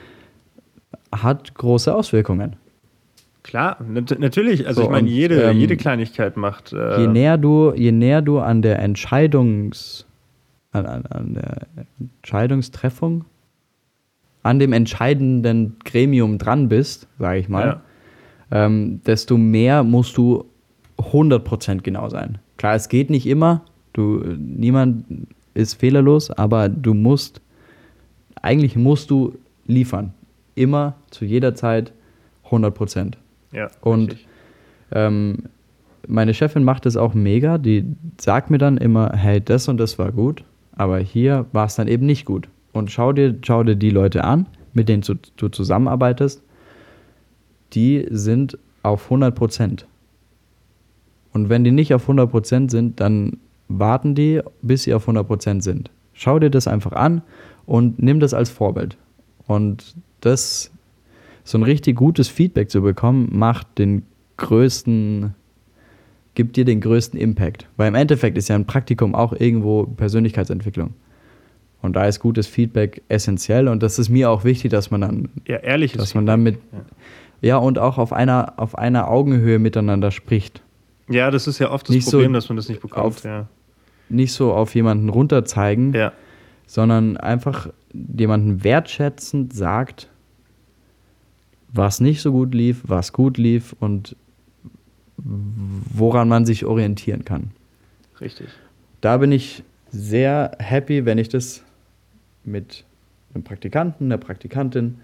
hat große Auswirkungen. Klar, nat natürlich. Also So, ich meine, und, jede, ähm, jede Kleinigkeit macht. Äh, Je näher du, je näher du an der Entscheidungs, an, an, an der Entscheidungstreffung, an dem entscheidenden Gremium dran bist, sage ich mal, Ja. ähm, desto mehr musst du hundert Prozent genau sein. Klar, es geht nicht immer, du, niemand ist fehlerlos, aber du musst, eigentlich musst du liefern. Immer, zu jeder Zeit, hundert Prozent. ja, Und richtig. ähm, meine Chefin macht es auch mega, die sagt mir dann immer, hey, das und das war gut, aber hier war es dann eben nicht gut. Und schau dir, schau dir die Leute an, mit denen du, du zusammenarbeitest, die sind auf hundert Prozent. Und wenn die nicht auf hundert Prozent sind, dann warten die, bis sie auf hundert Prozent sind. Schau dir das einfach an und nimm das als Vorbild. Und das, so ein richtig gutes Feedback zu bekommen, macht den größten, gibt dir den größten Impact. Weil im Endeffekt ist ja ein Praktikum auch irgendwo Persönlichkeitsentwicklung. Und da ist gutes Feedback essentiell und das ist mir auch wichtig, dass man dann, ja, ehrliches dass man dann mit, ja. ja, und auch auf einer, auf einer Augenhöhe miteinander spricht. Ja, das ist ja oft das nicht Problem, so dass man das nicht bekommt. Auf, ja. Nicht so auf jemanden runterzeigen, ja. sondern einfach jemanden wertschätzend sagt, was nicht so gut lief, was gut lief und woran man sich orientieren kann. Richtig. Da bin ich sehr happy, wenn ich das mit einem Praktikanten, einer Praktikantin,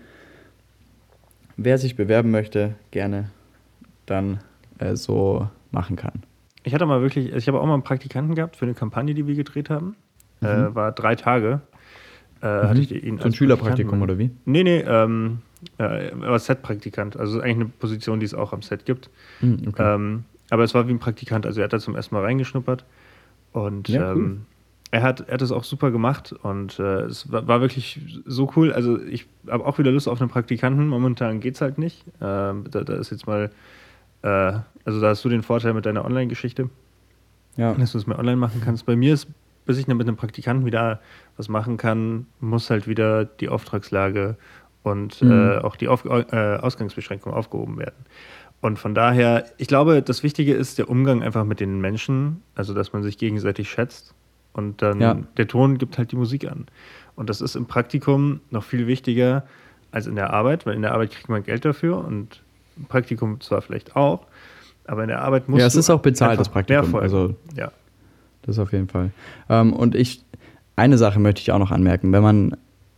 wer sich bewerben möchte, gerne dann äh, so machen kann. Ich hatte mal wirklich, ich habe auch mal einen Praktikanten gehabt für eine Kampagne, die wir gedreht haben. Mhm. Äh, war drei Tage. Äh, mhm. Hatte ich ihn so ein Schülerpraktikum oder wie? Nee, nee, ähm, äh, war Set-Praktikant. Also eigentlich eine Position, die es auch am Set gibt. Mhm, okay. Ähm, aber es war wie ein Praktikant. Also er hat da zum ersten Mal reingeschnuppert. Und ja, cool. ähm, er hat, er hat es auch super gemacht. Und äh, es war, war wirklich so cool. Also ich habe auch wieder Lust auf einen Praktikanten. Momentan geht es halt nicht. Äh, da, da ist jetzt mal... Äh, also da hast du den Vorteil mit deiner Online-Geschichte, ja. dass du es mehr online machen kannst. Bei mir ist, bis ich dann mit einem Praktikanten wieder was machen kann, muss halt wieder die Auftragslage und mhm. äh, auch die Auf, äh, Ausgangsbeschränkung aufgehoben werden. Und von daher, ich glaube, das Wichtige ist der Umgang einfach mit den Menschen, also dass man sich gegenseitig schätzt und dann ja. der Ton gibt halt die Musik an. Und das ist im Praktikum noch viel wichtiger als in der Arbeit, weil in der Arbeit kriegt man Geld dafür und im Praktikum zwar vielleicht auch, aber in der Arbeit musst du... Ja, es ist auch bezahlt, das Praktikum. Also, ja. Das auf jeden Fall. Ähm, und ich, eine Sache möchte ich auch noch anmerken. Wenn man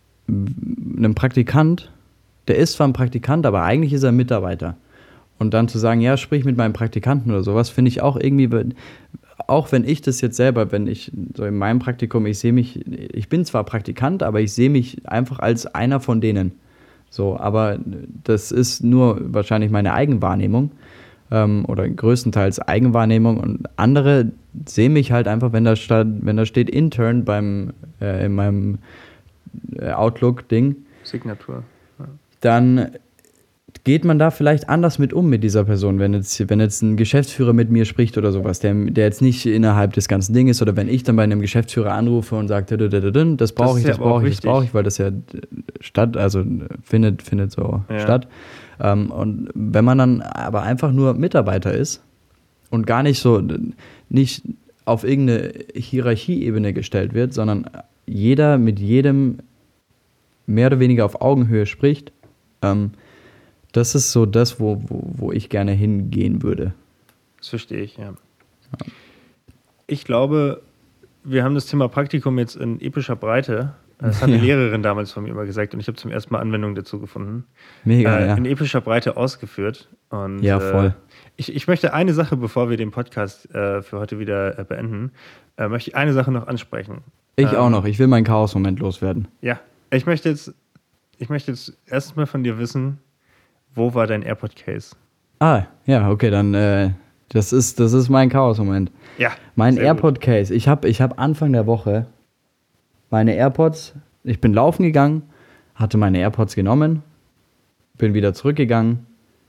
einem Praktikant, der ist zwar ein Praktikant, aber eigentlich ist er ein Mitarbeiter. Und dann zu sagen, ja, sprich mit meinem Praktikanten oder sowas, finde ich auch irgendwie, auch wenn ich das jetzt selber, wenn ich so in meinem Praktikum, ich sehe mich, ich bin zwar Praktikant, aber ich sehe mich einfach als einer von denen. So, aber das ist nur wahrscheinlich meine Eigenwahrnehmung ähm, oder größtenteils Eigenwahrnehmung und andere sehen mich halt einfach, wenn da, statt, wenn da steht Intern beim, äh, in meinem äh, Outlook-Ding. Signatur. Ja. Dann geht man da vielleicht anders mit um mit dieser Person, wenn jetzt, wenn jetzt ein Geschäftsführer mit mir spricht oder sowas, der, der jetzt nicht innerhalb des ganzen Dinges oder wenn ich dann bei einem Geschäftsführer anrufe und sage, das brauche ich, das brauche ich, das brauche ich, weil das ja statt, also findet, findet so ja. statt. Und wenn man dann aber einfach nur Mitarbeiter ist und gar nicht so, nicht auf irgendeine Hierarchieebene gestellt wird, sondern jeder mit jedem mehr oder weniger auf Augenhöhe spricht, ähm, das ist so das, wo, wo, wo ich gerne hingehen würde. Das verstehe ich, ja. ja. Ich glaube, wir haben das Thema Praktikum jetzt in epischer Breite. Das hat eine ja. Lehrerin damals von mir immer gesagt und ich habe zum ersten Mal Anwendung dazu gefunden. Mega, äh, ja. In epischer Breite ausgeführt. Und, ja, voll. Äh, ich, ich möchte eine Sache, bevor wir den Podcast äh, für heute wieder äh, beenden, äh, möchte ich eine Sache noch ansprechen. Ich ähm, auch noch. Ich will meinen Chaos-Moment loswerden. Ja, ich möchte jetzt, ich möchte jetzt erstens mal von dir wissen, wo war dein AirPod-Case? Ah, ja, okay, dann, äh, das ist, das ist mein Chaos-Moment. Ja. Mein AirPod-Case. Ich habe ich hab Anfang der Woche meine AirPods, ich bin laufen gegangen, hatte meine AirPods genommen, bin wieder zurückgegangen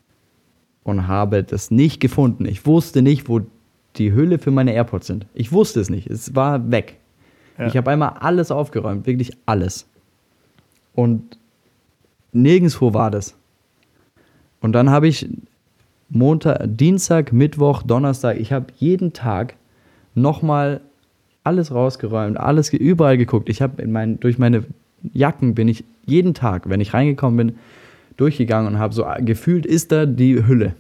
und habe das nicht gefunden. Ich wusste nicht, wo die Hülle für meine AirPods sind. Ich wusste es nicht. Es war weg. Ja. Ich habe einmal alles aufgeräumt, wirklich alles. Und nirgendwo war das. Und dann habe ich Montag, Dienstag, Mittwoch, Donnerstag, ich habe jeden Tag nochmal alles rausgeräumt, alles überall geguckt. Ich habe in mein, durch meine Jacken bin ich jeden Tag, wenn ich reingekommen bin, durchgegangen und habe so gefühlt, ist da die Hülle.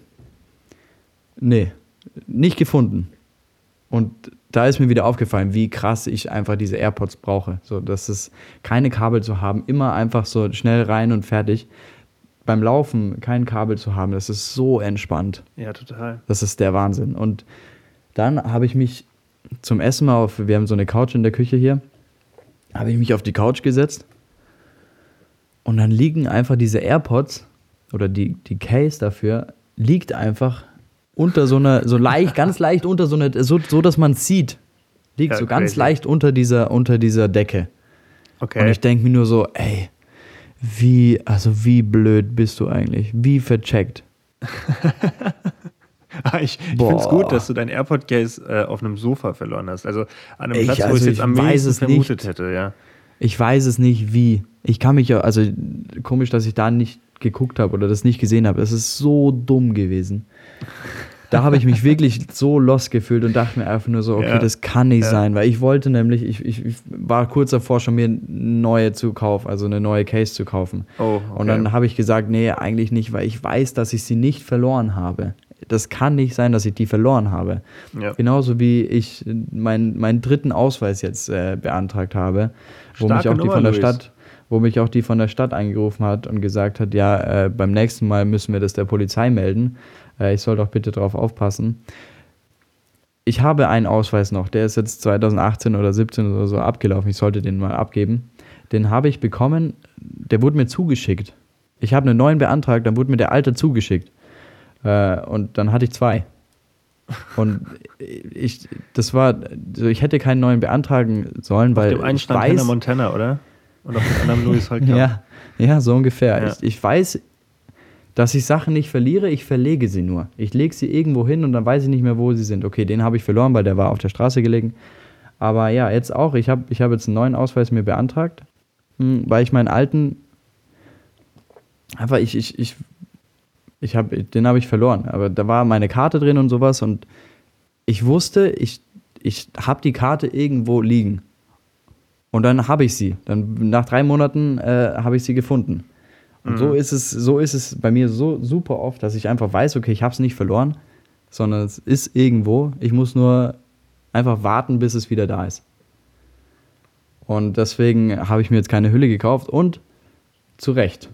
Nee, nicht gefunden. Und da ist mir wieder aufgefallen, wie krass ich einfach diese AirPods brauche. So, dass es keine Kabel zu haben, immer einfach so schnell rein und fertig. Beim Laufen kein Kabel zu haben, das ist so entspannt. Ja, total. Das ist der Wahnsinn. Und dann habe ich mich zum Essen mal auf, wir haben so eine Couch in der Küche hier, habe ich mich auf die Couch gesetzt und dann liegen einfach diese AirPods oder die, die Case dafür liegt einfach unter so einer, so leicht, ganz leicht unter so einer, so, so dass man es sieht. Liegt ja, so ganz crazy. Leicht unter dieser, unter dieser Decke. Okay. Und ich denke mir nur so, ey, Wie, also wie blöd bist du eigentlich? Wie vercheckt? Ich, ich finde es gut, dass du dein AirPod-Case äh, auf einem Sofa verloren hast. Also an einem Ich- Platz, wo also ich es jetzt ich am weiß wenigsten es vermutet nicht. hätte, ja. Ich weiß es nicht, wie. Ich kann mich ja, also komisch, dass ich da nicht geguckt habe oder das nicht gesehen habe. Es ist so dumm gewesen. Da habe ich mich wirklich so lost gefühlt und dachte mir einfach nur so, okay, Ja. das kann nicht Ja. sein, weil ich wollte nämlich, ich, ich, ich war kurz davor schon mir eine neue zu kaufen, also eine neue Case zu kaufen. Oh, okay. Und dann habe ich gesagt, nee, eigentlich nicht, weil ich weiß, dass ich sie nicht verloren habe. Das kann nicht sein, dass ich die verloren habe. Ja. Genauso wie ich meinen meinen dritten Ausweis jetzt äh, beantragt habe, wo Starke mich auch die Nummer, von der Luis. Stadt, wo mich auch die von der Stadt angerufen hat und gesagt hat, ja, äh, beim nächsten Mal müssen wir das der Polizei melden. Äh, ich soll doch bitte drauf aufpassen. Ich habe einen Ausweis noch, der ist jetzt zwanzig achtzehn oder siebzehn oder so abgelaufen. Ich sollte den mal abgeben. Den habe ich bekommen, der wurde mir zugeschickt. Ich habe einen neuen beantragt, dann wurde mir der alte zugeschickt. Äh, und dann hatte ich zwei. Und ich, das war, also ich hätte keinen neuen beantragen sollen, weil Auf dem einen ich stand Hannah weiß, Montana, oder? Und auf dem anderen Louis Holtkamp. ja, ja, so ungefähr. Ja. Ich, ich weiß, dass ich Sachen nicht verliere, ich verlege sie nur. Ich lege sie irgendwo hin und dann weiß ich nicht mehr, wo sie sind. Okay, den habe ich verloren, weil der war auf der Straße gelegen. Aber ja, jetzt auch. Ich habe ich hab jetzt einen neuen Ausweis mir beantragt, hm, weil ich meinen alten einfach, ich, ich, ich, ich hab, den habe ich verloren. Aber da war meine Karte drin und sowas und ich wusste, ich, ich habe die Karte irgendwo liegen. Und dann habe ich sie. Dann nach drei Monaten äh, habe ich sie gefunden. Und Mhm. so ist es, so ist es bei mir so super oft, dass ich einfach weiß, okay, ich habe es nicht verloren, sondern es ist irgendwo. Ich muss nur einfach warten, bis es wieder da ist. Und deswegen habe ich mir jetzt keine Hülle gekauft und zu Recht.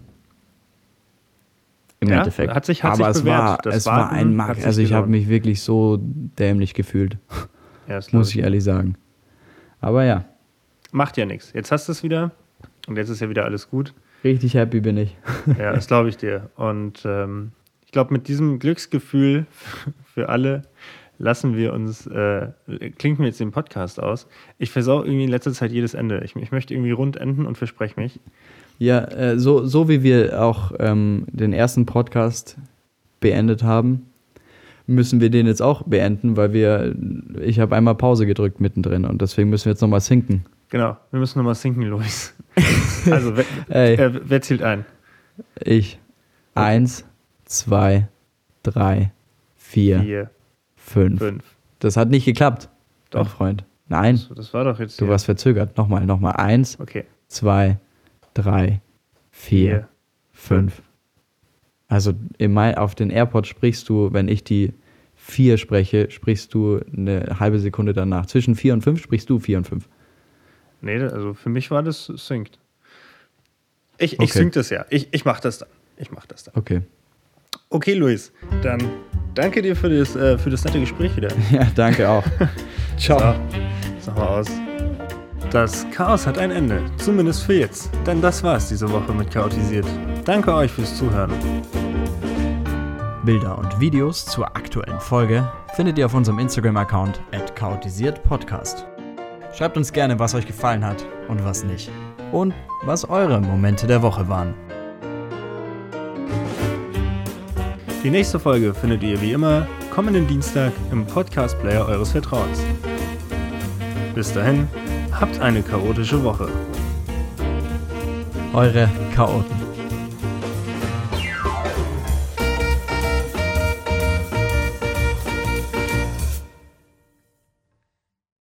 Im Ja, Endeffekt. hat sich- hat Aber sich es bewährt. war, Das es war Warten ein hat Mark. sich Also ich habe gelohnt. mich wirklich so dämlich gefühlt, Ja, das muss glaub ich ehrlich sagen. Aber ja, Macht ja nichts. Jetzt hast du es wieder und jetzt ist ja wieder alles gut. richtig happy bin ich. Ja, das glaube ich dir. Und ähm, ich glaube, mit diesem Glücksgefühl für alle lassen wir uns, äh, klinken wir jetzt den Podcast aus. Ich versau irgendwie in letzter Zeit jedes Ende. Ich, ich möchte irgendwie rund enden und verspreche mich. Ja, äh, so, so wie wir auch ähm, den ersten Podcast beendet haben, müssen wir den jetzt auch beenden, weil wir, ich habe einmal Pause gedrückt mittendrin und deswegen müssen wir jetzt nochmal sinken. Genau, wir müssen nochmal sinken, Luis. Also, wer, Ey. äh, wer zählt ein? Ich. Eins, zwei, drei, vier, Vier, fünf. fünf. Das hat nicht geklappt, mein Doch. Freund. Nein, So, das war doch jetzt du hier. warst verzögert. Nochmal, nochmal. Eins, Okay. zwei, drei, vier, Vier. fünf. Also im Mai auf den AirPods sprichst du, wenn ich die vier spreche, sprichst du eine halbe Sekunde danach. Zwischen vier und fünf sprichst du vier und fünf. Nee, also für mich war das synkt. Ich, ich Okay. sync das ja. Ich, ich mach das dann. Ich mach das dann. Okay. Okay, Luis, dann danke dir für das, äh, für das nette Gespräch wieder. Ja, danke auch. Ciao. So, jetzt noch mal aus. Das Chaos hat ein Ende, zumindest für jetzt. Denn das war's diese Woche mit Chaotisiert. Danke euch fürs Zuhören. Bilder und Videos zur aktuellen Folge findet ihr auf unserem Instagram-Account at chaotisiertpodcast. Schreibt uns gerne, was euch gefallen hat und was nicht. Und was eure Momente der Woche waren. Die nächste Folge findet ihr wie immer kommenden Dienstag im Podcast-Player eures Vertrauens. Bis dahin, habt eine chaotische Woche. Eure Chaoten.